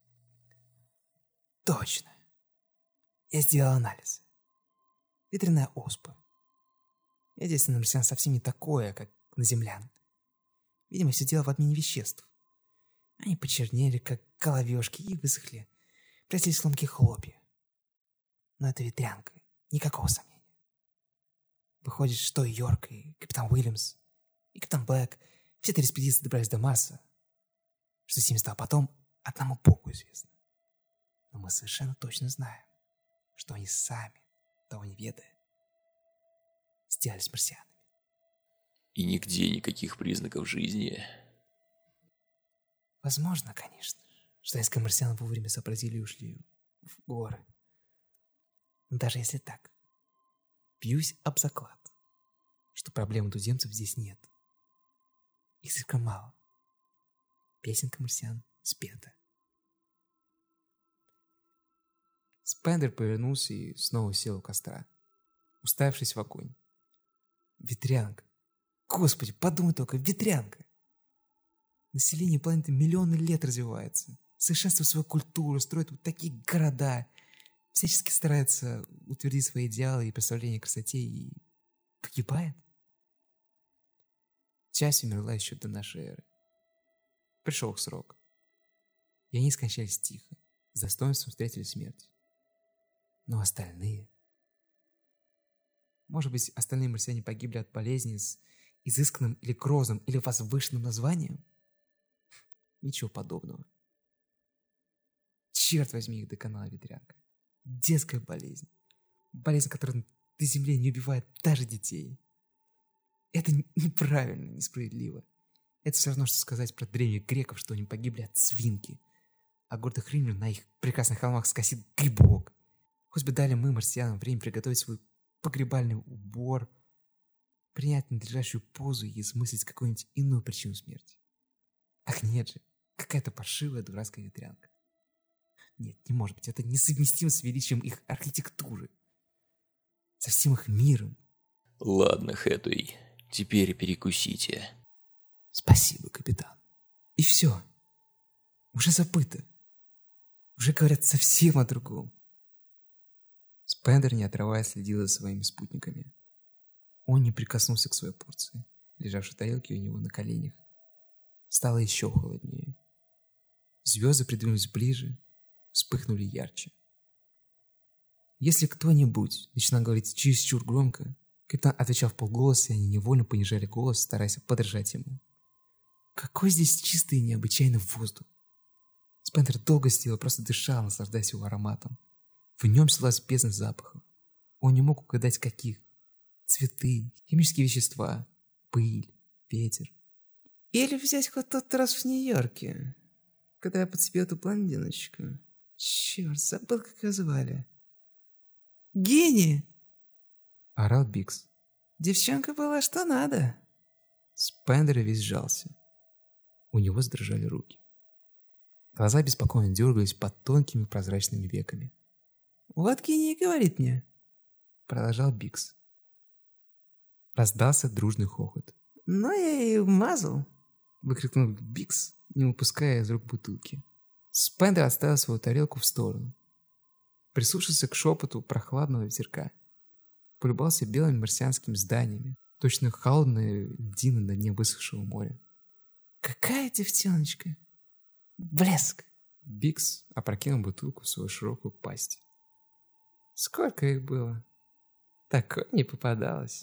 «Точно. Я сделал анализы. Ветряная оспа. Я действую на марсиан совсем не такое, как на землян. Видимо, все дело в обмене веществ. Они почернели, как головешки, и высохли. Превратились в ломкие хлопья. Но это ветрянка. Никакого сомнения. Выходит, что и Йорк, и капитан Уильямс, и капитан Блэк, все три экспедиции добрались до Марса. Что с ними стало потом, одному Богу известно. Но мы совершенно точно знаем, что они сами, того не ведая, сделали с марсианами. И нигде никаких признаков жизни. Возможно, конечно, что несколько марсиан вовремя сообразили и ушли в горы. Но даже если так, бьюсь об заклад, что проблем у туземцев здесь нет. Их слишком мало. Песенка марсиан спета. Спендер повернулся и снова сел у костра, уставившись в огонь. Ветрянка. Господи, подумай только, ветрянка. Население планеты миллионы лет развивается, совершенствует свою культуру, строит вот такие города, всячески старается утвердить свои идеалы и представления о красоте и погибает. Часть умерла еще до нашей эры. Пришел их срок. И они скончались тихо, с достоинством встретили смерть. Но остальные... Может быть, остальные марсиане погибли от болезни с изысканным или грозным или возвышенным названием? Ничего подобного. Черт возьми, их доконала ветрянка. Детская болезнь. Болезнь, которая на земле не убивает даже детей. Это неправильно, несправедливо. Это все равно, что сказать про древних греков, что они погибли от свинки, а гордых римлян на их прекрасных холмах скосит грибок. Хоть бы дали мы, марсианам, время приготовить свой погребальный убор, принять надлежащую позу и смыслить какую-нибудь иную причину смерти. Ах нет же, какая-то паршивая дурацкая ветрянка. Нет, не может быть, это несовместимо с величием их архитектуры, со всем их миром. Ладно, Хэтуэй, теперь перекусите. Спасибо, капитан. И все. Уже забыто. Уже говорят совсем о другом. Спендер, не отрываясь, следил за своими спутниками. Он не прикоснулся к своей порции, лежавшей в тарелке у него на коленях. Стало еще холоднее. Звезды придвинулись ближе, вспыхнули ярче. Если кто-нибудь начинал говорить чересчур громко, капитан отвечал вполголоса, и они невольно понижали голос, стараясь подражать ему. Какой здесь чистый и необычайный воздух! Спендер долго сидел, просто дышал, наслаждаясь его ароматом. В нем селась бездна запахов. Он не мог угадать каких. Цветы, химические вещества, пыль, ветер. Или взять хоть тот раз в Нью-Йорке, когда я подцепил эту блондиночку. Черт, забыл, как ее звали. Гений! Орал Бикс. Девчонка была что надо. Спендер весь сжался. У него задрожали руки. Глаза беспокойно дергались под тонкими прозрачными веками. Вот гений говорит мне. Продолжал Бикс. Раздался дружный хохот. Но я и вмазал. Выкрикнул Бикс, не выпуская из рук бутылки. Спендер отставил свою тарелку в сторону. Прислушался к шепоту прохладного ветерка. Полюбался белыми марсианскими зданиями, точно холодные льдины на дне высохшего моря. Какая девчоночка? Блеск! Бикс опрокинул бутылку в свою широкую пасть. Сколько их было? Такое не попадалось.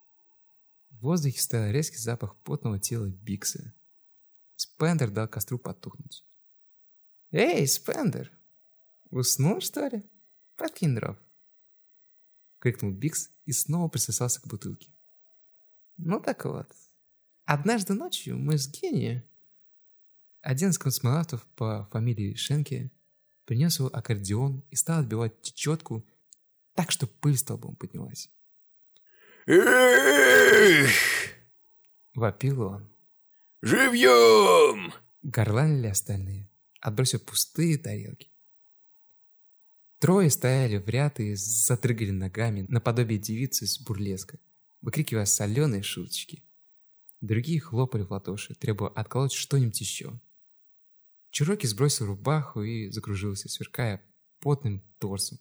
В воздухе стоял резкий запах потного тела Бикса. Спендер дал костру потухнуть. «Эй, Спендер! Уснул, что ли? Подкинь дров!» Крикнул Бикс и снова присосался к бутылке. «Ну так вот, однажды ночью мы с Гением...» Один из космонавтов по фамилии Шенке принес его аккордеон и стал отбивать чечетку так, что пыль столбом поднялась. Эх! Вопил он. Живьем! Горланили остальные, отбросив пустые тарелки. Трое стояли в ряд и затрыгали ногами наподобие девицы с бурлеска, выкрикивая соленые шуточки. Другие хлопали в ладоши, требуя отколоть что-нибудь еще. Чироки сбросил рубаху и закружился, сверкая потным торсом.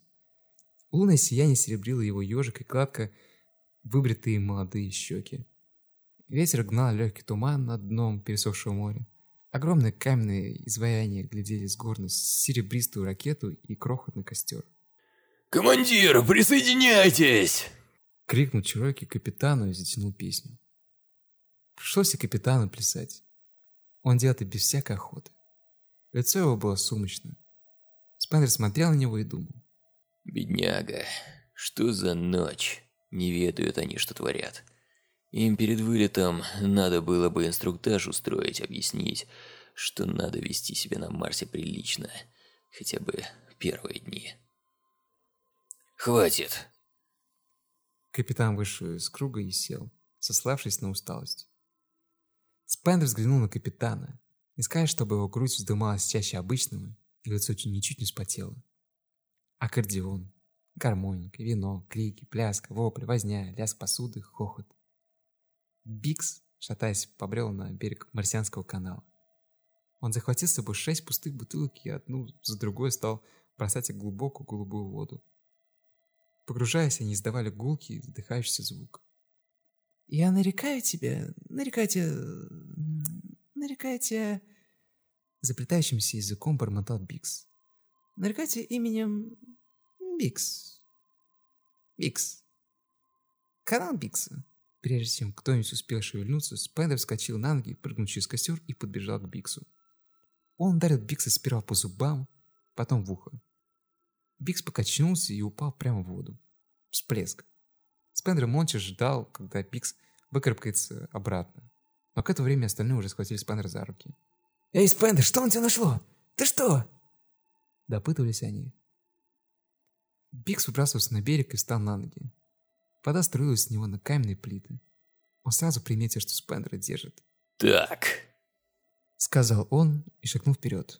Лунное сияние серебрило его ежик и гладко выбритые молодые щеки. Ветер гнал легкий туман над дном пересохшего моря. Огромные каменные изваяния глядели с гор на серебристую ракету и крохотный костер. «Командир, присоединяйтесь!» Крикнул Чироки капитану и затянул песню. Пришлось и капитану плясать. Он делал это без всякой охоты. Лицо его было сумрачно. Спендер смотрел на него и думал. Бедняга, что за ночь? Не ведают они, что творят. Им перед вылетом надо было бы инструктаж устроить, объяснить, что надо вести себя на Марсе прилично. Хотя бы первые дни. Хватит. Капитан вышел из круга и сел, сославшись на усталость. Спендер взглянул на капитана. Не сказать, чтобы его грудь вздымалась чаще обычного, и лицо ничуть не вспотело. Аккордеон, гармоника, вино, крики, пляска, вопли, возня, лязг посуды, хохот. Бикс, шатаясь, побрел на берег Марсианского канала. Он захватил с собой шесть пустых бутылок и одну за другой стал бросать их в глубокую голубую воду. Погружаясь, они издавали гулкий, задыхающийся звук. «Я нарекаю тебя, нарекайте, нарекайте...» Заплетающимся языком бормотал Бикс. «Нарекайте именем Бикс. Бикс. Канал Бикса». Прежде чем кто-нибудь успел шевельнуться, Спендер вскочил на ноги, прыгнул через костер и подбежал к Биксу. Он ударил Бикса сперва по зубам, потом в ухо. Бикс покачнулся и упал прямо в воду. Всплеск. Спендер молча ждал, когда Бикс выкарабкается обратно. Но к этому времени остальные уже схватили Спендера за руки. «Эй, Спендер, что на тебя нашло? Ты что?» Допытывались они. Бикс выбрасывался на берег и встал на ноги. Вода струилась с него на каменные плиты. Он сразу приметил, что Спендера держит. «Так», — сказал он и шагнул вперед.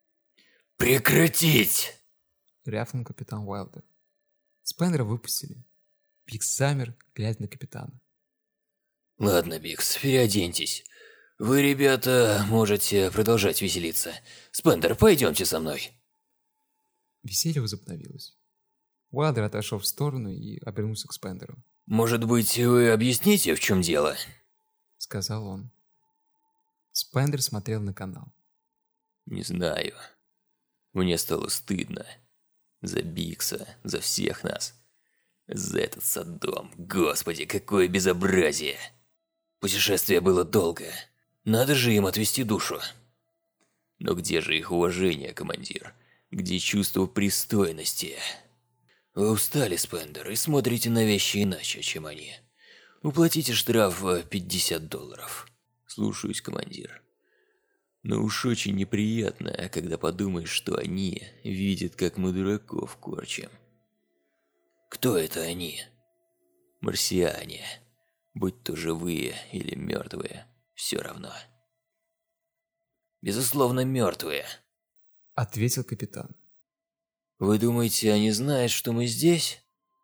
«Прекратить!» — рявкнул капитан Уайлдер. Спендера выпустили. Бикс замер, глядя на капитана. «Ладно, Бикс, переоденьтесь. Вы, ребята, можете продолжать веселиться. Спендер, пойдемте со мной». Веселье возобновилось. Уайлдер отошел в сторону и обернулся к Спендеру. «Может быть, вы объясните, в чем дело?» — сказал он. Спендер смотрел на канал. «Не знаю. Мне стало стыдно. За Бикса, за всех нас. За этот Содом. Господи, какое безобразие! Путешествие было долгое. Надо же им отвести душу. Но где же их уважение, командир? Где чувство пристойности? Вы устали, Спендер, и смотрите на вещи иначе, чем они. Уплатите штраф в пятьдесят долларов. Слушаюсь, командир. Но уж очень неприятно, когда подумаешь, что они видят, как мы дураков корчим. Кто это они? Марсиане. Будь то живые или мертвые, все равно. Безусловно, мертвые. Ответил капитан. Вы думаете, они знают, что мы здесь?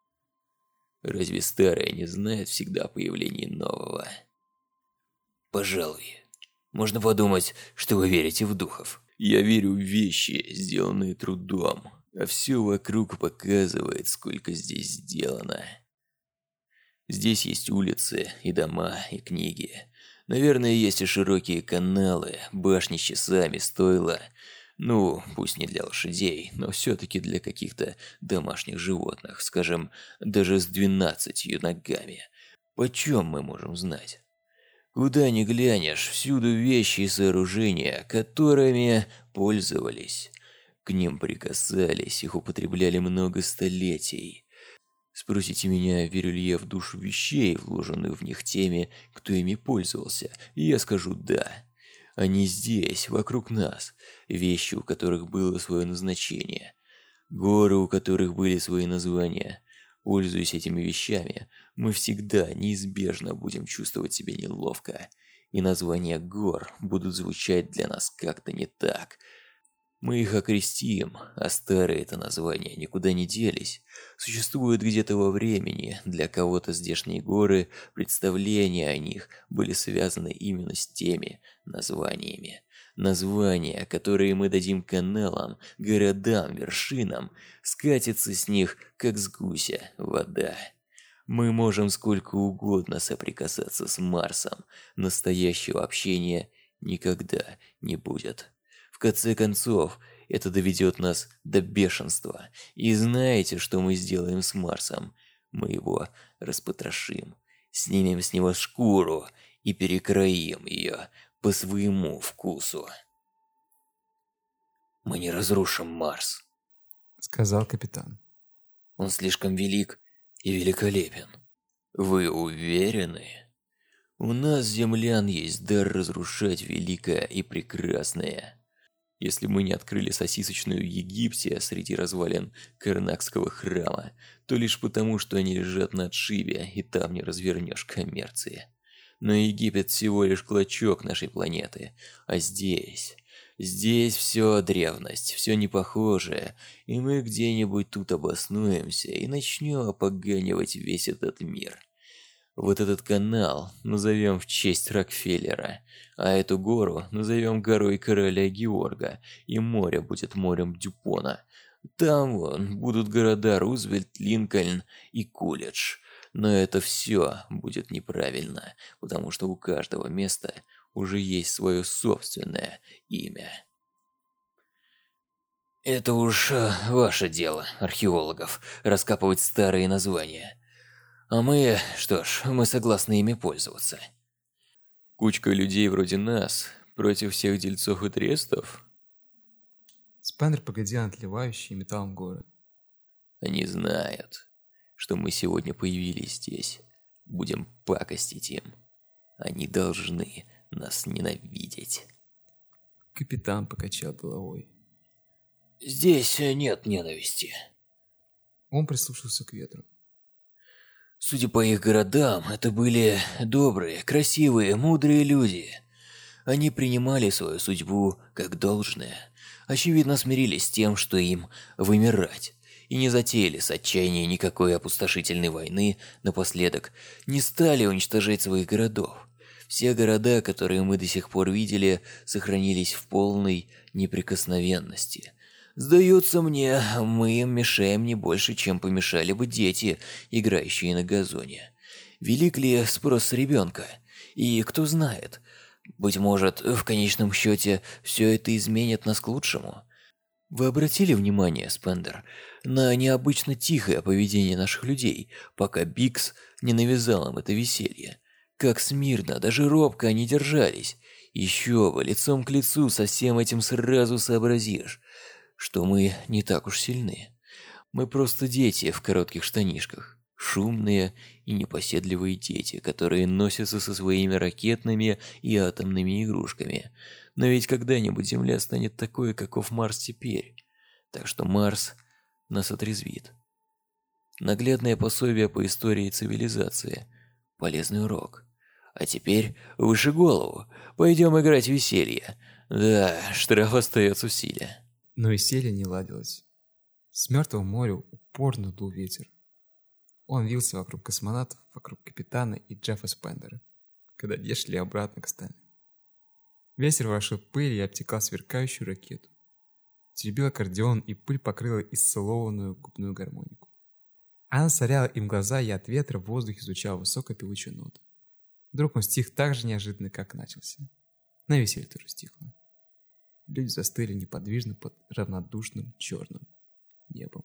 Разве старые не знают всегда о появлении нового? Пожалуй. Можно подумать, что вы верите в духов. Я верю в вещи, сделанные трудом, а все вокруг показывает, сколько здесь сделано. Здесь есть улицы, и дома, и книги. Наверное, есть и широкие каналы, башни с часами, стойла. Ну, пусть не для лошадей, но все-таки для каких-то домашних животных, скажем, даже с двенадцатью ногами. Почем мы можем знать? Куда ни глянешь, всюду вещи и сооружения, которыми пользовались. К ним прикасались, их употребляли много столетий. Спросите меня, верю ли я в душу вещей, вложенную в них теми, кто ими пользовался, и я скажу «да». Они здесь, вокруг нас, вещи, у которых было свое назначение, горы, у которых были свои названия. Пользуясь этими вещами, мы всегда неизбежно будем чувствовать себя неловко, и названия гор будут звучать для нас как-то не так. Мы их окрестим, а старые-то названия никуда не делись. Существуют где-то во времени, для кого-то здешние горы, представления о них были связаны именно с теми названиями. Названия, которые мы дадим каналам, городам, вершинам, скатится с них, как с гуся, вода. Мы можем сколько угодно соприкасаться с Марсом. Настоящего общения никогда не будет. В конце концов, это доведет нас до бешенства. И знаете, что мы сделаем с Марсом? Мы его распотрошим, снимем с него шкуру и перекроим ее по своему вкусу. Мы не разрушим Марс. Сказал капитан. Он слишком велик и великолепен. Вы уверены? У нас, землян, есть дар разрушать великое и прекрасное. Если мы не открыли сосисочную Египтия среди развалин Карнакского храма, то лишь потому, что они лежат на отшибе, и там не развернешь коммерции. Но Египет всего лишь клочок нашей планеты, а здесь... Здесь все древность, все непохожее, и мы где-нибудь тут обоснуемся и начнем опоганивать весь этот мир. Вот этот канал назовем в честь Рокфеллера, а эту гору назовем горой короля Георга, и море будет морем Дюпона. Там вон будут города Рузвельт, Линкольн и Кулидж. Но это все будет неправильно, потому что у каждого места уже есть свое собственное имя. Это уж э, ваше дело, археологов, раскапывать старые названия. А мы, что ж, мы согласны ими пользоваться. Кучка людей вроде нас против всех дельцов и трестов? Спендер поглядел на отливающий металлом горы. Они знают, что мы сегодня появились здесь. Будем пакостить им. Они должны нас ненавидеть. Капитан покачал головой. Здесь нет ненависти. Он прислушался к ветру. Судя по их городам, это были добрые, красивые, мудрые люди. Они принимали свою судьбу как должное. Очевидно, смирились с тем, что им вымирать. И не затеяли с отчаяния никакой опустошительной войны, напоследок не стали уничтожать своих городов. Все города, которые мы до сих пор видели, сохранились в полной неприкосновенности. Сдается мне, мы им мешаем не больше, чем помешали бы дети, играющие на газоне. Велик ли спрос с ребенка? И кто знает, быть может, в конечном счете, все это изменит нас к лучшему? Вы обратили внимание, Спендер, на необычно тихое поведение наших людей, пока Бикс не навязал им это веселье? Как смирно, даже робко они держались. Еще бы, лицом к лицу со всем этим сразу сообразишь, что мы не так уж сильны. Мы просто дети в коротких штанишках. Шумные и непоседливые дети, которые носятся со своими ракетными и атомными игрушками. Но ведь когда-нибудь Земля станет такой, каков Марс теперь. Так что Марс нас отрезвит. Наглядное пособие по истории цивилизации. Полезный урок. А теперь выше голову. Пойдем играть в веселье. Да, штраф остается в силе. Но веселье не ладилось. С мертвого моря упорно дул ветер. Он вился вокруг космонавтов, вокруг капитана и Джеффа Спендера, когда те шли обратно к остальным. Ветер ворошил пыль и обтекал сверкающую ракету. Теребил аккордеон, и пыль покрыла исцелованную губную гармонику. Она соряла им глаза, и от ветра в воздухе звучала высокая певучая нота. Вдруг он стих так же неожиданно, как начался. На веселье тоже стихло. Люди застыли неподвижно под равнодушным черным небом.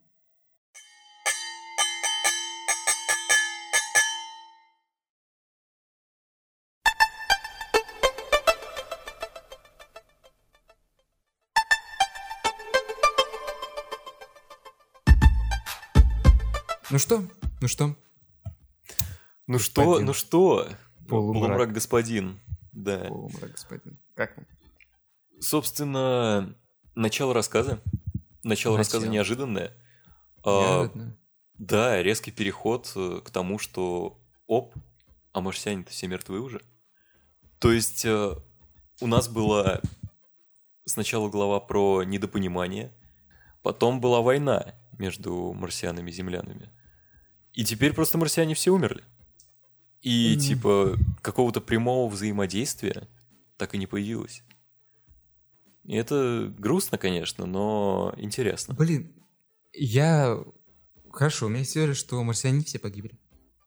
Ну что? Ну что? Ну что? Господин. Ну что? Полумрак. Полумрак господин. Да. Полумрак, господин. Как вам? Собственно, начало рассказа. Начало Начало. рассказа неожиданное. А, Неожиданно. да, резкий переход э, к тому, что оп, а марсиане-то все мертвы уже. То есть э, у нас была сначала глава про недопонимание, потом была война между марсианами и землянами. И теперь просто марсиане все умерли. И Mm. типа какого-то прямого взаимодействия так и не появилось. И это грустно, конечно, но интересно. Блин, я... Хорошо, у меня есть теория, что марсиане все погибли.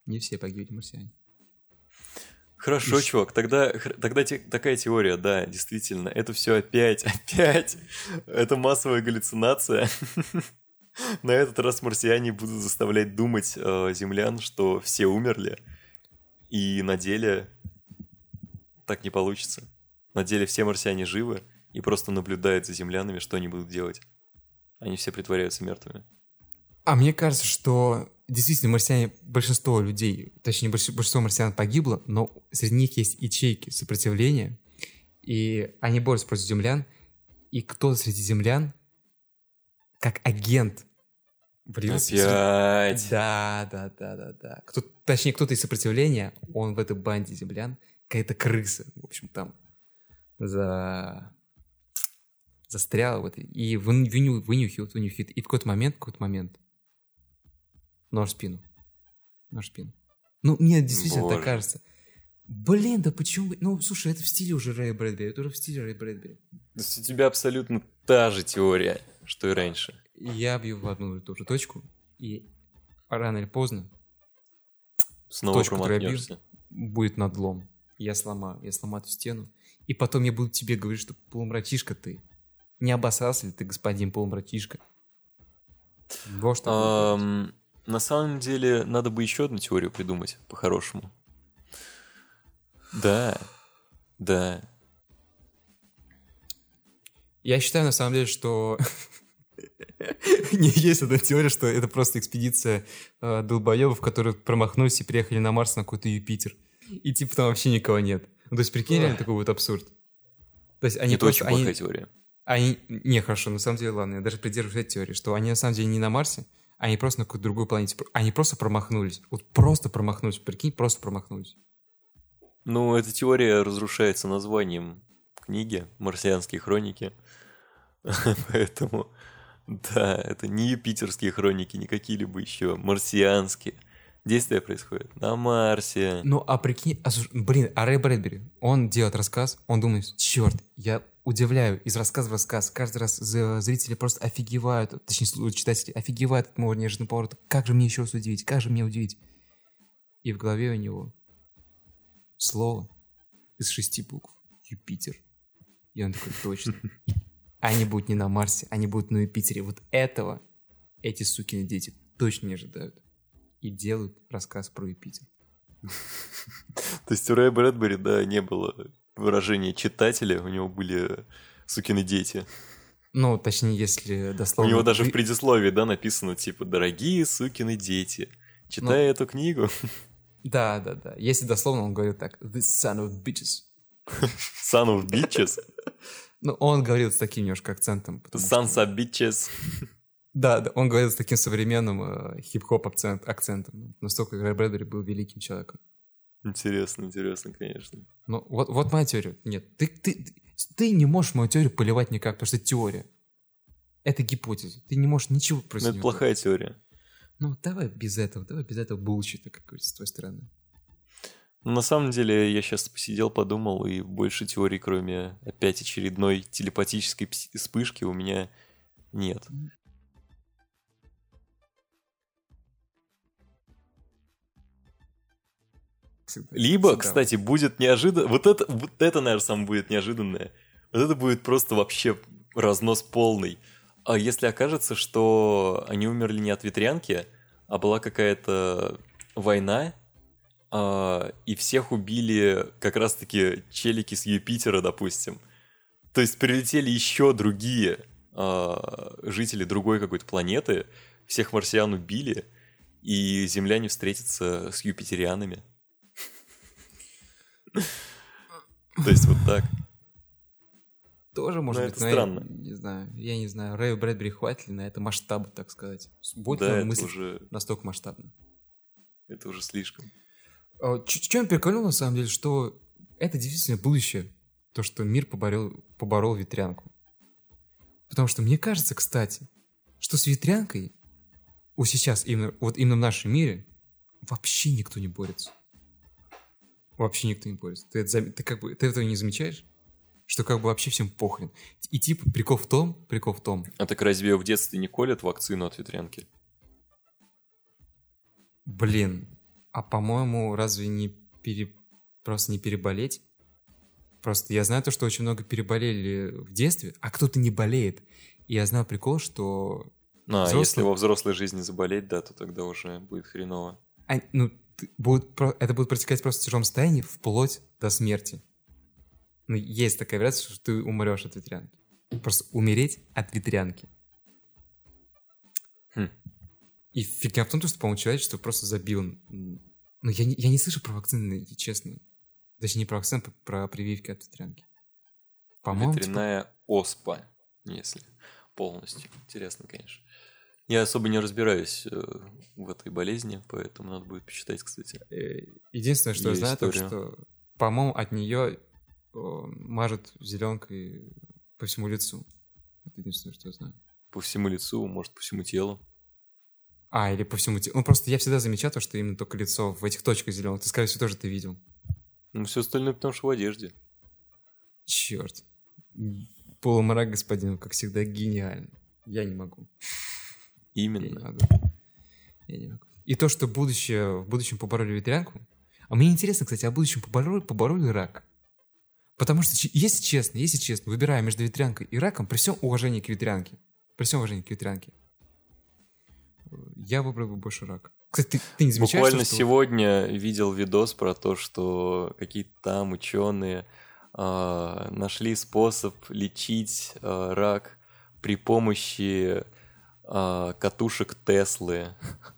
Не все погибли марсиане. Хорошо, И ш- чувак, тогда, хр- тогда те- такая теория, да, действительно, это все опять, опять, это массовая галлюцинация. На этот раз марсиане будут заставлять думать э, землян, что все умерли, и на деле так не получится. На деле все марсиане живы и просто наблюдают за землянами, что они будут делать. Они все притворяются мертвыми. А мне кажется, что действительно марсиане, большинство людей, точнее больш- большинство марсиан погибло, но среди них есть ячейки сопротивления, и они борются против землян, и кто-то среди землян, как агент, влился в сред- Опять. Да, да, да, да, да. Кто, точнее, кто-то из сопротивления, он в этой банде землян, какая-то крыса, в общем, там за... застряла в этой, и выню- выню- вынюхивает, вынюхивает, и в какой-то момент, в какой-то момент нож в спину. Нож в спину. Ну, мне действительно Боже. так кажется. Блин, да почему... бы- Ну, слушай, это в стиле уже Рэя Брэдбери, это уже в стиле Рэя Брэдбери. То есть у тебя абсолютно та же теория, что и раньше. Я бью в одну и ту же точку, и рано или поздно Снова точку, которую я бью, промахнешься. будет надлом. Я сломаю, я сломаю эту стену. И потом я буду тебе говорить, что полумрачишка ты. Не обоссался ли ты, господин полумрачишка? Вот что такое. Ам, на самом деле, надо бы еще одну теорию придумать, по-хорошему. Да, да. Я считаю, на самом деле, что... Не, есть одна теория, что это просто экспедиция э, долбоебов, которые промахнулись и приехали на Марс на какой-то Юпитер. И типа там вообще никого нет. Ну, то есть, прикинь, реально такой вот абсурд. То есть они Это просто... очень плохая Они, теория. они... Не, хорошо, на самом деле, ладно, я даже придерживаюсь этой теории, что они на самом деле не на Марсе, они просто на какой-то другой планете. Они просто промахнулись. Вот просто промахнулись, прикинь, просто промахнулись. Ну, эта теория разрушается названием книги «Марсианские хроники». Поэтому, да, это не юпитерские хроники, не какие-либо еще, марсианские. Действие происходит на Марсе. Ну, а прикинь, а, слушай, блин, а Рэй Брэдбери, он делает рассказ, он думает, черт, я удивляю из рассказа в рассказ, каждый раз за- зрители просто офигевают, точнее, слу- читатели офигевают от моего неожиданного поворота, как же мне еще раз удивить, как же мне удивить? И в голове у него слово из шести букв, Юпитер. И он такой, точно. Они будут не на Марсе, они будут на Юпитере. Вот этого эти сукины дети точно не ожидают. И делают рассказ про Юпитер. То есть у Рэя Брэдбери, да, не было выражения читателя, у него были сукины дети. Ну, точнее, если У дословно... него даже в вы- предисловии, да, написано, типа, «Дорогие сукины дети, читая Ну, эту книгу». Да, да, да. Если дословно, он говорит так. This son of bitches. Son of bitches. Ну, он говорил с таким немножко акцентом. потому Sons что- of bitches. Да, да, он говорил с таким современным э, хип-хоп акцент, акцентом. Настолько Рэй Брэдбери был великим человеком. Интересно, интересно, конечно. Ну, вот, вот моя теория. Нет, ты, ты, ты, ты не можешь мою теорию поливать никак, потому что это теория. Это гипотеза. Ты не можешь ничего Ну, против это неё плохая теория. делать. Ну, давай без этого, давай без этого булщита, как говорится, с твоей стороны. Но на самом деле я сейчас посидел, подумал, и больше теорий, кроме опять очередной телепатической пс- вспышки, у меня нет. Всегда. Либо, Всегда. кстати, будет неожиданно... Вот это, вот это, наверное, самое будет неожиданное. Вот это будет просто вообще разнос полный. А если окажется, что они умерли не от ветрянки, а была какая-то война, а, и всех убили как раз-таки челики с Юпитера, допустим. То есть прилетели еще другие а, жители другой какой-то планеты, всех марсиан убили, и земляне встретятся с юпитерианами. То есть вот так. Тоже может Ну, быть, это но странно. Я не знаю, я не знаю. Рэю Брэдбери хватит ли на это масштаба, так сказать? Будет ли Да, он это мыслить уже, настолько масштабно? это уже слишком. Чем прикольно, на самом деле, что это действительно будущее. То, что мир поборол, поборол ветрянку. Потому что мне кажется, кстати, что с ветрянкой вот сейчас, именно, вот именно в нашем мире, вообще никто не борется. Вообще никто не борется. Ты, это, зам- ты как бы ты этого не замечаешь? Что как бы вообще всем похрен. И типа прикол в том, прикол в том, А так разве в детстве не колят вакцину от ветрянки? блин, А по-моему, разве не пере... просто не переболеть? Просто я знаю то, что очень много переболели в детстве, а кто-то не болеет. И я знаю прикол, что... Ну, а взрослые- если во взрослой жизни заболеть, да, то тогда уже будет хреново. А, ну, ты- будут про- это будет протекать просто в тяжелом состоянии вплоть до смерти. Ну, есть такая вероятность, что ты умрешь от ветрянки. Просто умереть от ветрянки. Хм. И фигня в том, что, по-моему, человечество просто забило. м, Ну, я не, я не слышу про вакцины, честно. Точнее, не про вакцины, а про прививки от ветрянки. По-моему, типа, Ветряная оспа, если полностью. Интересно, конечно. Я особо не разбираюсь э, в этой болезни, поэтому надо будет почитать, кстати. э, единственное, что я Её знаю, то, историю. что, по-моему, от нее мажут зеленкой по всему лицу. Это единственное, что я знаю. По всему лицу, может, по всему телу. А, или по всему телу. Ну, просто я всегда замечал то, что именно только лицо в этих точках зеленых. Ты, скорее всего, тоже ты видел. Ну, все остальное, потому что в одежде. Черт. Полумрак, господин, как всегда, гениально. Я не могу. Я не Именно. могу. Я не могу. И то, что будущее, в будущем побороли ветрянку. А мне интересно, кстати, а в будущем побороли, побороли рак. Потому что, че- если честно, если честно, выбирая между ветрянкой и раком, при всем уважении к ветрянке, при всем уважении к ветрянке, э, я выбрал бы больше рак. Кстати, ты, ты не замечаешь, Буквально что... сегодня видел видос про то, что какие-то там ученые а, нашли способ лечить а, рак при помощи а, катушек Теслы.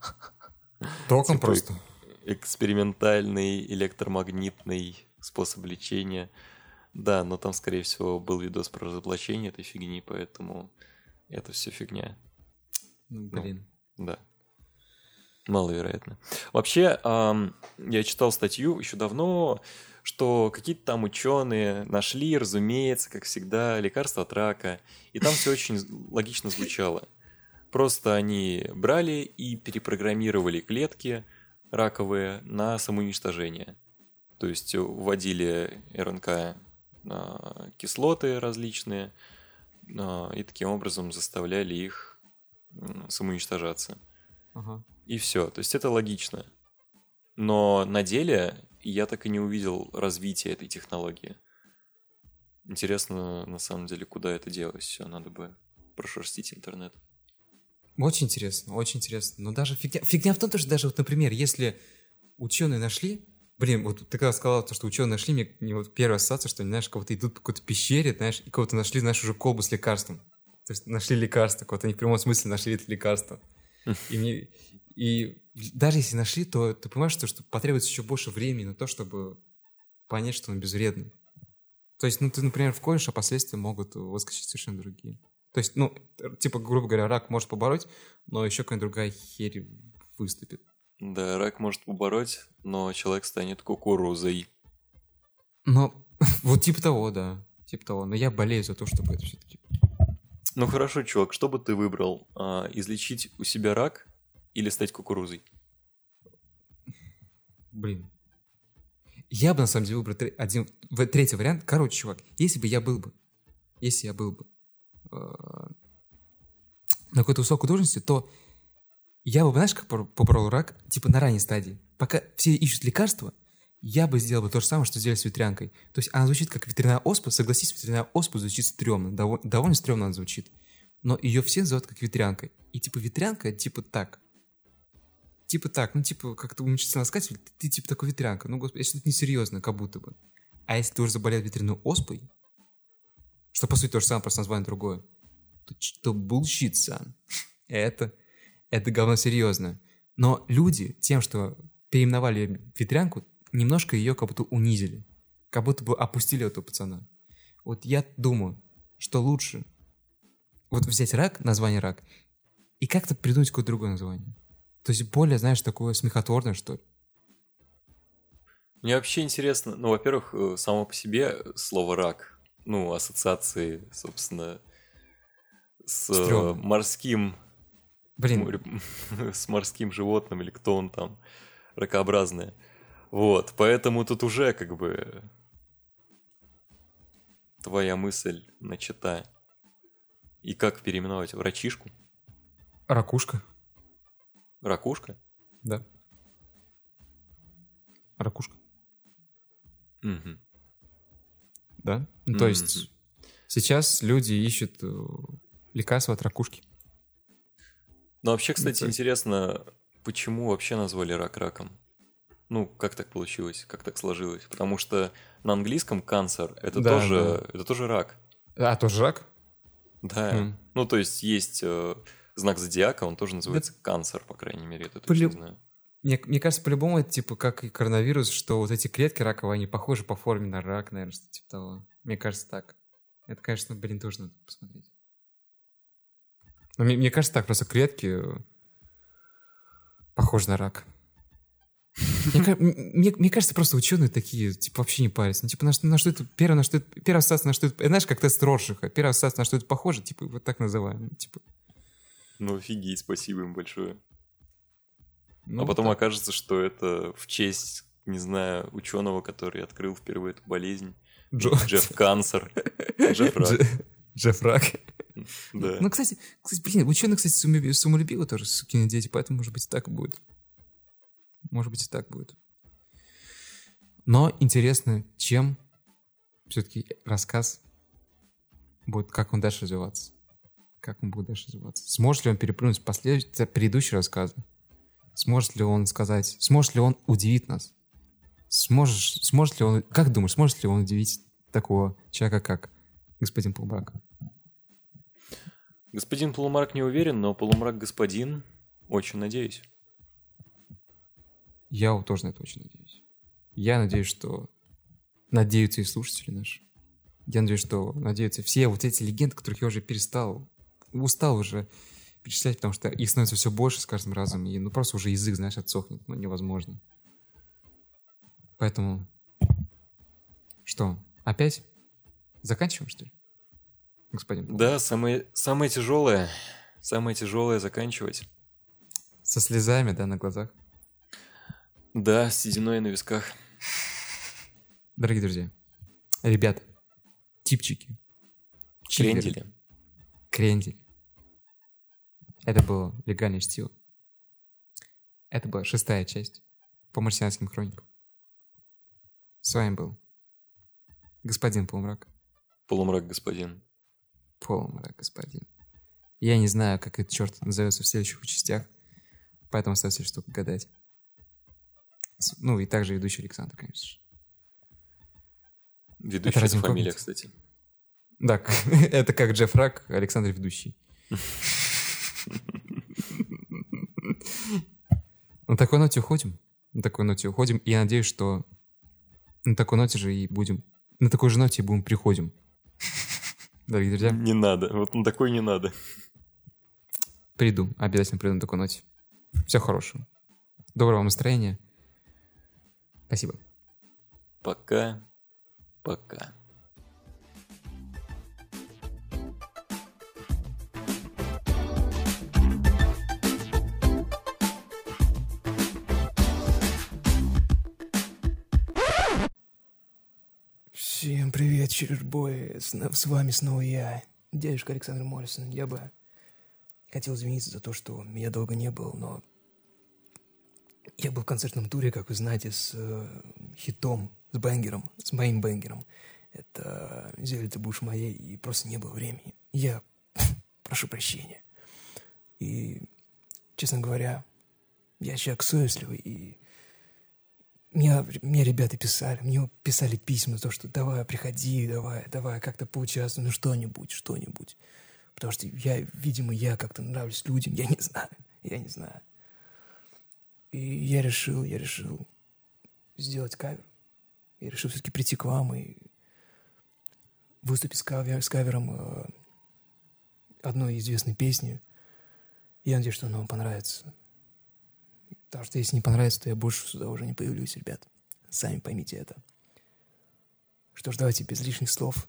Током типа, просто. Экспериментальный электромагнитный способ лечения. Да, но там, скорее всего, был видос про разоблачение этой фигни, поэтому это все фигня. Ну, блин. Да. Маловероятно. Вообще, ам, я читал статью еще давно, что какие-то там ученые нашли, разумеется, как всегда, лекарство от рака. И там все очень логично звучало. Просто они брали и перепрограммировали клетки раковые на самоуничтожение. То есть вводили РНК а, кислоты различные а, и таким образом заставляли их м, самоуничтожаться. Ага. И все. То есть это логично. Но на деле я так и не увидел развития этой технологии. Интересно, на самом деле, куда это делось. Все, надо бы прошерстить интернет. Очень интересно, очень интересно. Но даже фигня, фигня в том, что даже, вот, например, если ученые нашли... Блин, вот ты когда сказал, то, что ученые нашли, мне, мне вот первая ассоциация, что они, знаешь, кого-то идут по какой-то пещере, знаешь, и кого-то нашли, знаешь, уже колбу с лекарством. То есть нашли лекарство, кого-то они в прямом смысле нашли это лекарство. И, мне, и даже если нашли, то ты понимаешь, что, что потребуется еще больше времени на то, чтобы понять, что он безвредный. То есть, ну, ты, например, вколешь, а последствия могут выскочить совершенно другие. То есть, ну, типа, грубо говоря, рак может побороть, но еще какая-нибудь другая херь выступит. Да, рак может побороть, но человек станет кукурузой. Но вот типа того, да. Типа того. Но я болею за то, чтобы это все-таки... Ну хорошо, чувак, что бы ты выбрал? А, излечить у себя рак или стать кукурузой? Блин. Я бы, на самом деле, выбрал тре- один, в- третий вариант. Короче, чувак, если бы я был бы, если я был бы э, на какой-то высокой должности, то я бы, знаешь, как пор- поборол рак, типа на ранней стадии. Пока все ищут лекарства, я бы сделал бы то же самое, что сделали с ветрянкой. То есть она звучит как ветряная оспа. Согласись, ветряная оспа звучит стрёмно. Довольно, довольно стрёмно она звучит. Но ее все называют как ветрянкой. И типа ветрянка, типа так. Типа так, ну типа, как ты умничественно сказать, ты, ты типа такой ветрянка. Ну, господи, это несерьезно, как будто бы. А если ты уже заболел ветряной оспой, что по сути то же самое, просто название другое, то что bullshit, сан. Это, это говно серьезно. Но люди тем, что переименовали ветрянку, немножко ее как будто унизили. Как будто бы опустили этого пацана. Вот я думаю, что лучше вот взять рак, название рак, и как-то придумать какое-то другое название. То есть более, знаешь, такое смехотворное, что ли. Мне вообще интересно, ну, во-первых, э, само по себе слово рак, ну, ассоциации, собственно, с э, Стрёмно. морским, Блин, море- с морским животным, или кто он там, ракообразное. Вот, поэтому тут уже как бы твоя мысль начата. И как переименовать? Врачишку? ракушка. Ракушка? Да. ракушка. Мгм. Да? Ну, то Мгм. есть сейчас люди ищут э, лекарства от ракушки. Ну, вообще, Ну, кстати, то есть- интересно, почему вообще назвали рак раком? Ну, как так получилось, как так сложилось? Потому что на английском канцер это Да, тоже, это тоже рак. А, тоже рак? Да. Хм. Ну, то есть есть э, знак зодиака, он тоже называется канцер, по крайней мере, это точно Полю- знаю. Мне, мне кажется, по-любому это типа как и коронавирус, что вот эти клетки раковые, они похожи по форме на рак, наверное, что типа того. Мне кажется, так. Это, конечно, блин, тоже надо посмотреть. Но мне, мне кажется, так, просто клетки э, похожи на рак. Мне, ка- м- мне- мне кажется, просто ученые такие, типа, вообще не парятся. Ну, типа, на что, на что это, первое, на что это, первая ассоциация, на что это, знаешь, как тест Роршиха, первая ассоциация, на что это похоже, типа, вот так называем. Типа, Ну, офигеть, спасибо им большое. ну, а потом так. окажется, что это в честь, не знаю, ученого, который открыл впервые эту болезнь. Джо- Джефф Канцер. Джефф Рак. Дж- Джефф Рак. Да. Ну, кстати, кстати, блин, ученые, кстати, самолюби- самолюбивы тоже, сукины дети, поэтому, может быть, и так будет. Может быть, и так будет. Но интересно, чем все-таки рассказ будет, как он дальше развиваться. Как он будет дальше развиваться. Сможет ли он перепрыгнуть последующие, предыдущие рассказы? Сможет ли он сказать, сможет ли он удивить нас? Сможешь, сможет ли он, как думаешь, сможет ли он удивить такого человека, как господин Полумрак? Господин Полумрак не уверен, но Полумрак господин. Очень надеюсь. Я вот тоже на это очень надеюсь. Я надеюсь, что надеются и слушатели наши. Я надеюсь, что надеются все вот эти легенды, которых я уже перестал, устал уже перечислять, потому что их становится все больше с каждым разом, и ну просто уже язык, знаешь, отсохнет, ну невозможно. Поэтому что, опять заканчиваем, что ли, господин Полумрак? Да, самое, самое тяжелое. Самое тяжелое заканчивать. Со слезами, да, на глазах. Да, с сединой на висках. Дорогие друзья, ребята, типчики, чиллеры, Крендели. крендели. Это было легальное чтиво. Это была шестая часть по марсианским хроникам. С вами был господин Полумрак. Полумрак господин. Полумрак, господин. Я не знаю, как этот черт назовется в следующих частях, поэтому остается лишь только гадать. С- Ну, и также ведущий Александр, конечно же. Ведущая разве фамилия, инкогнито? кстати. Да, к- это как Джефф Рак, Александр ведущий. На такой ноте уходим. На такой ноте уходим. И я надеюсь, что на такой ноте же и будем... На такой же ноте и будем приходим. Дорогие друзья, Не надо. Вот на такой не надо. приду. Обязательно приду на такой ноте. Всего хорошего. Доброго вам настроения. Спасибо. Пока. Пока. Всем привет, чиллербой. С, с вами снова я, дядюшка Александр Моррисон. Я бы хотел извиниться за то, что меня долго не было, но я был в концертном туре, как вы знаете, с э, хитом, с бенгером, с моим бенгером. Это «Зелень ты будешь моей», и просто не было времени. Я прошу прощения. И, честно говоря, я человек совестливый, и мне, мне ребята писали, мне писали письма, то, что давай, приходи, давай, давай, как-то поучаствуй, ну что-нибудь, что-нибудь. Потому что я, видимо, я как-то нравлюсь людям, я не знаю, я не знаю. И я решил, я решил сделать кавер. Я решил все-таки прийти к вам и выступить с, кавер, с кавером э, одной известной песни. Я надеюсь, что она вам понравится. Потому что если не понравится, то я больше сюда уже не появлюсь, ребят. Сами поймите это. Что ж, давайте без лишних слов.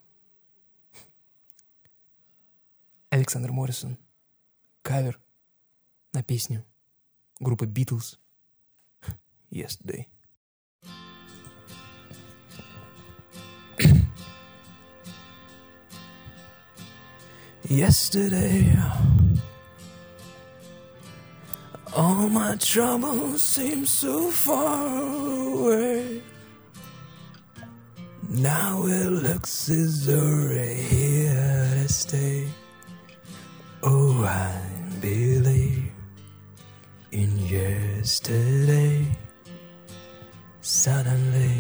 Александр Моррисон. Кавер на песню группы Beatles «Yesterday». Yesterday All my troubles seem so far away. Now it looks as though we're here to stay. Oh, I believe in yesterday. Suddenly,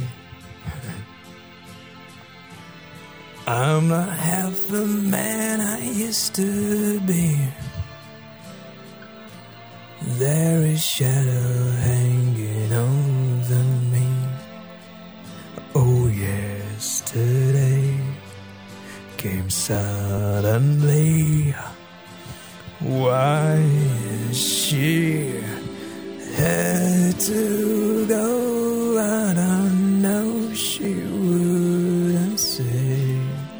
I'm not half the man I used to be. There is shadow hanging over me. Oh, yesterday came suddenly. Why she had to go, I don't know, she wouldn't say.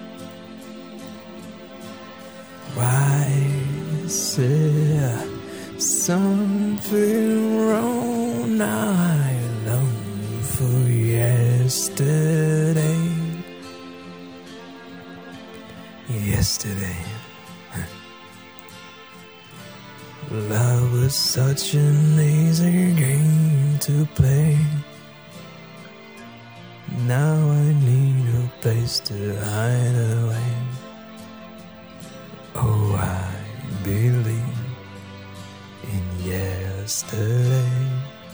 Why is there something wrong? Now I long for yesterday. Yesterday, love was such an easy game to play. Now I need a place to hide away. Oh, I believe in yesterday.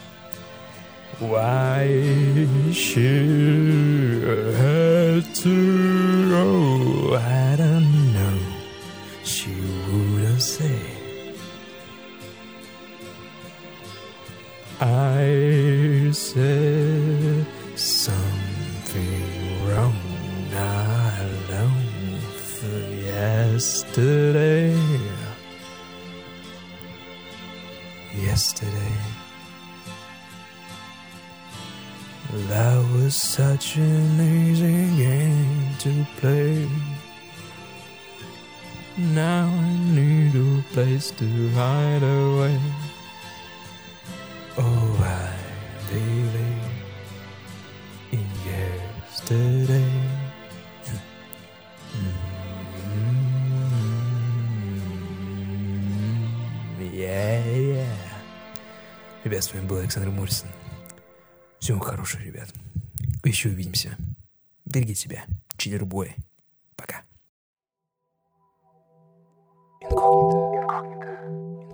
Why she had to go, I don't know, she wouldn't say. I said something wrong. I long for yesterday. Yesterday, love was such an easy game to play. Now I need a place to hide away. Oh, I believe in yesterday. Mm-hmm. Yeah, yeah. Ребят, с вами был Александр Мурсин. Всего хорошего, ребят. Еще увидимся. Берегите себя. Чиллербой. Пока. Инкогнито. Инкогнито.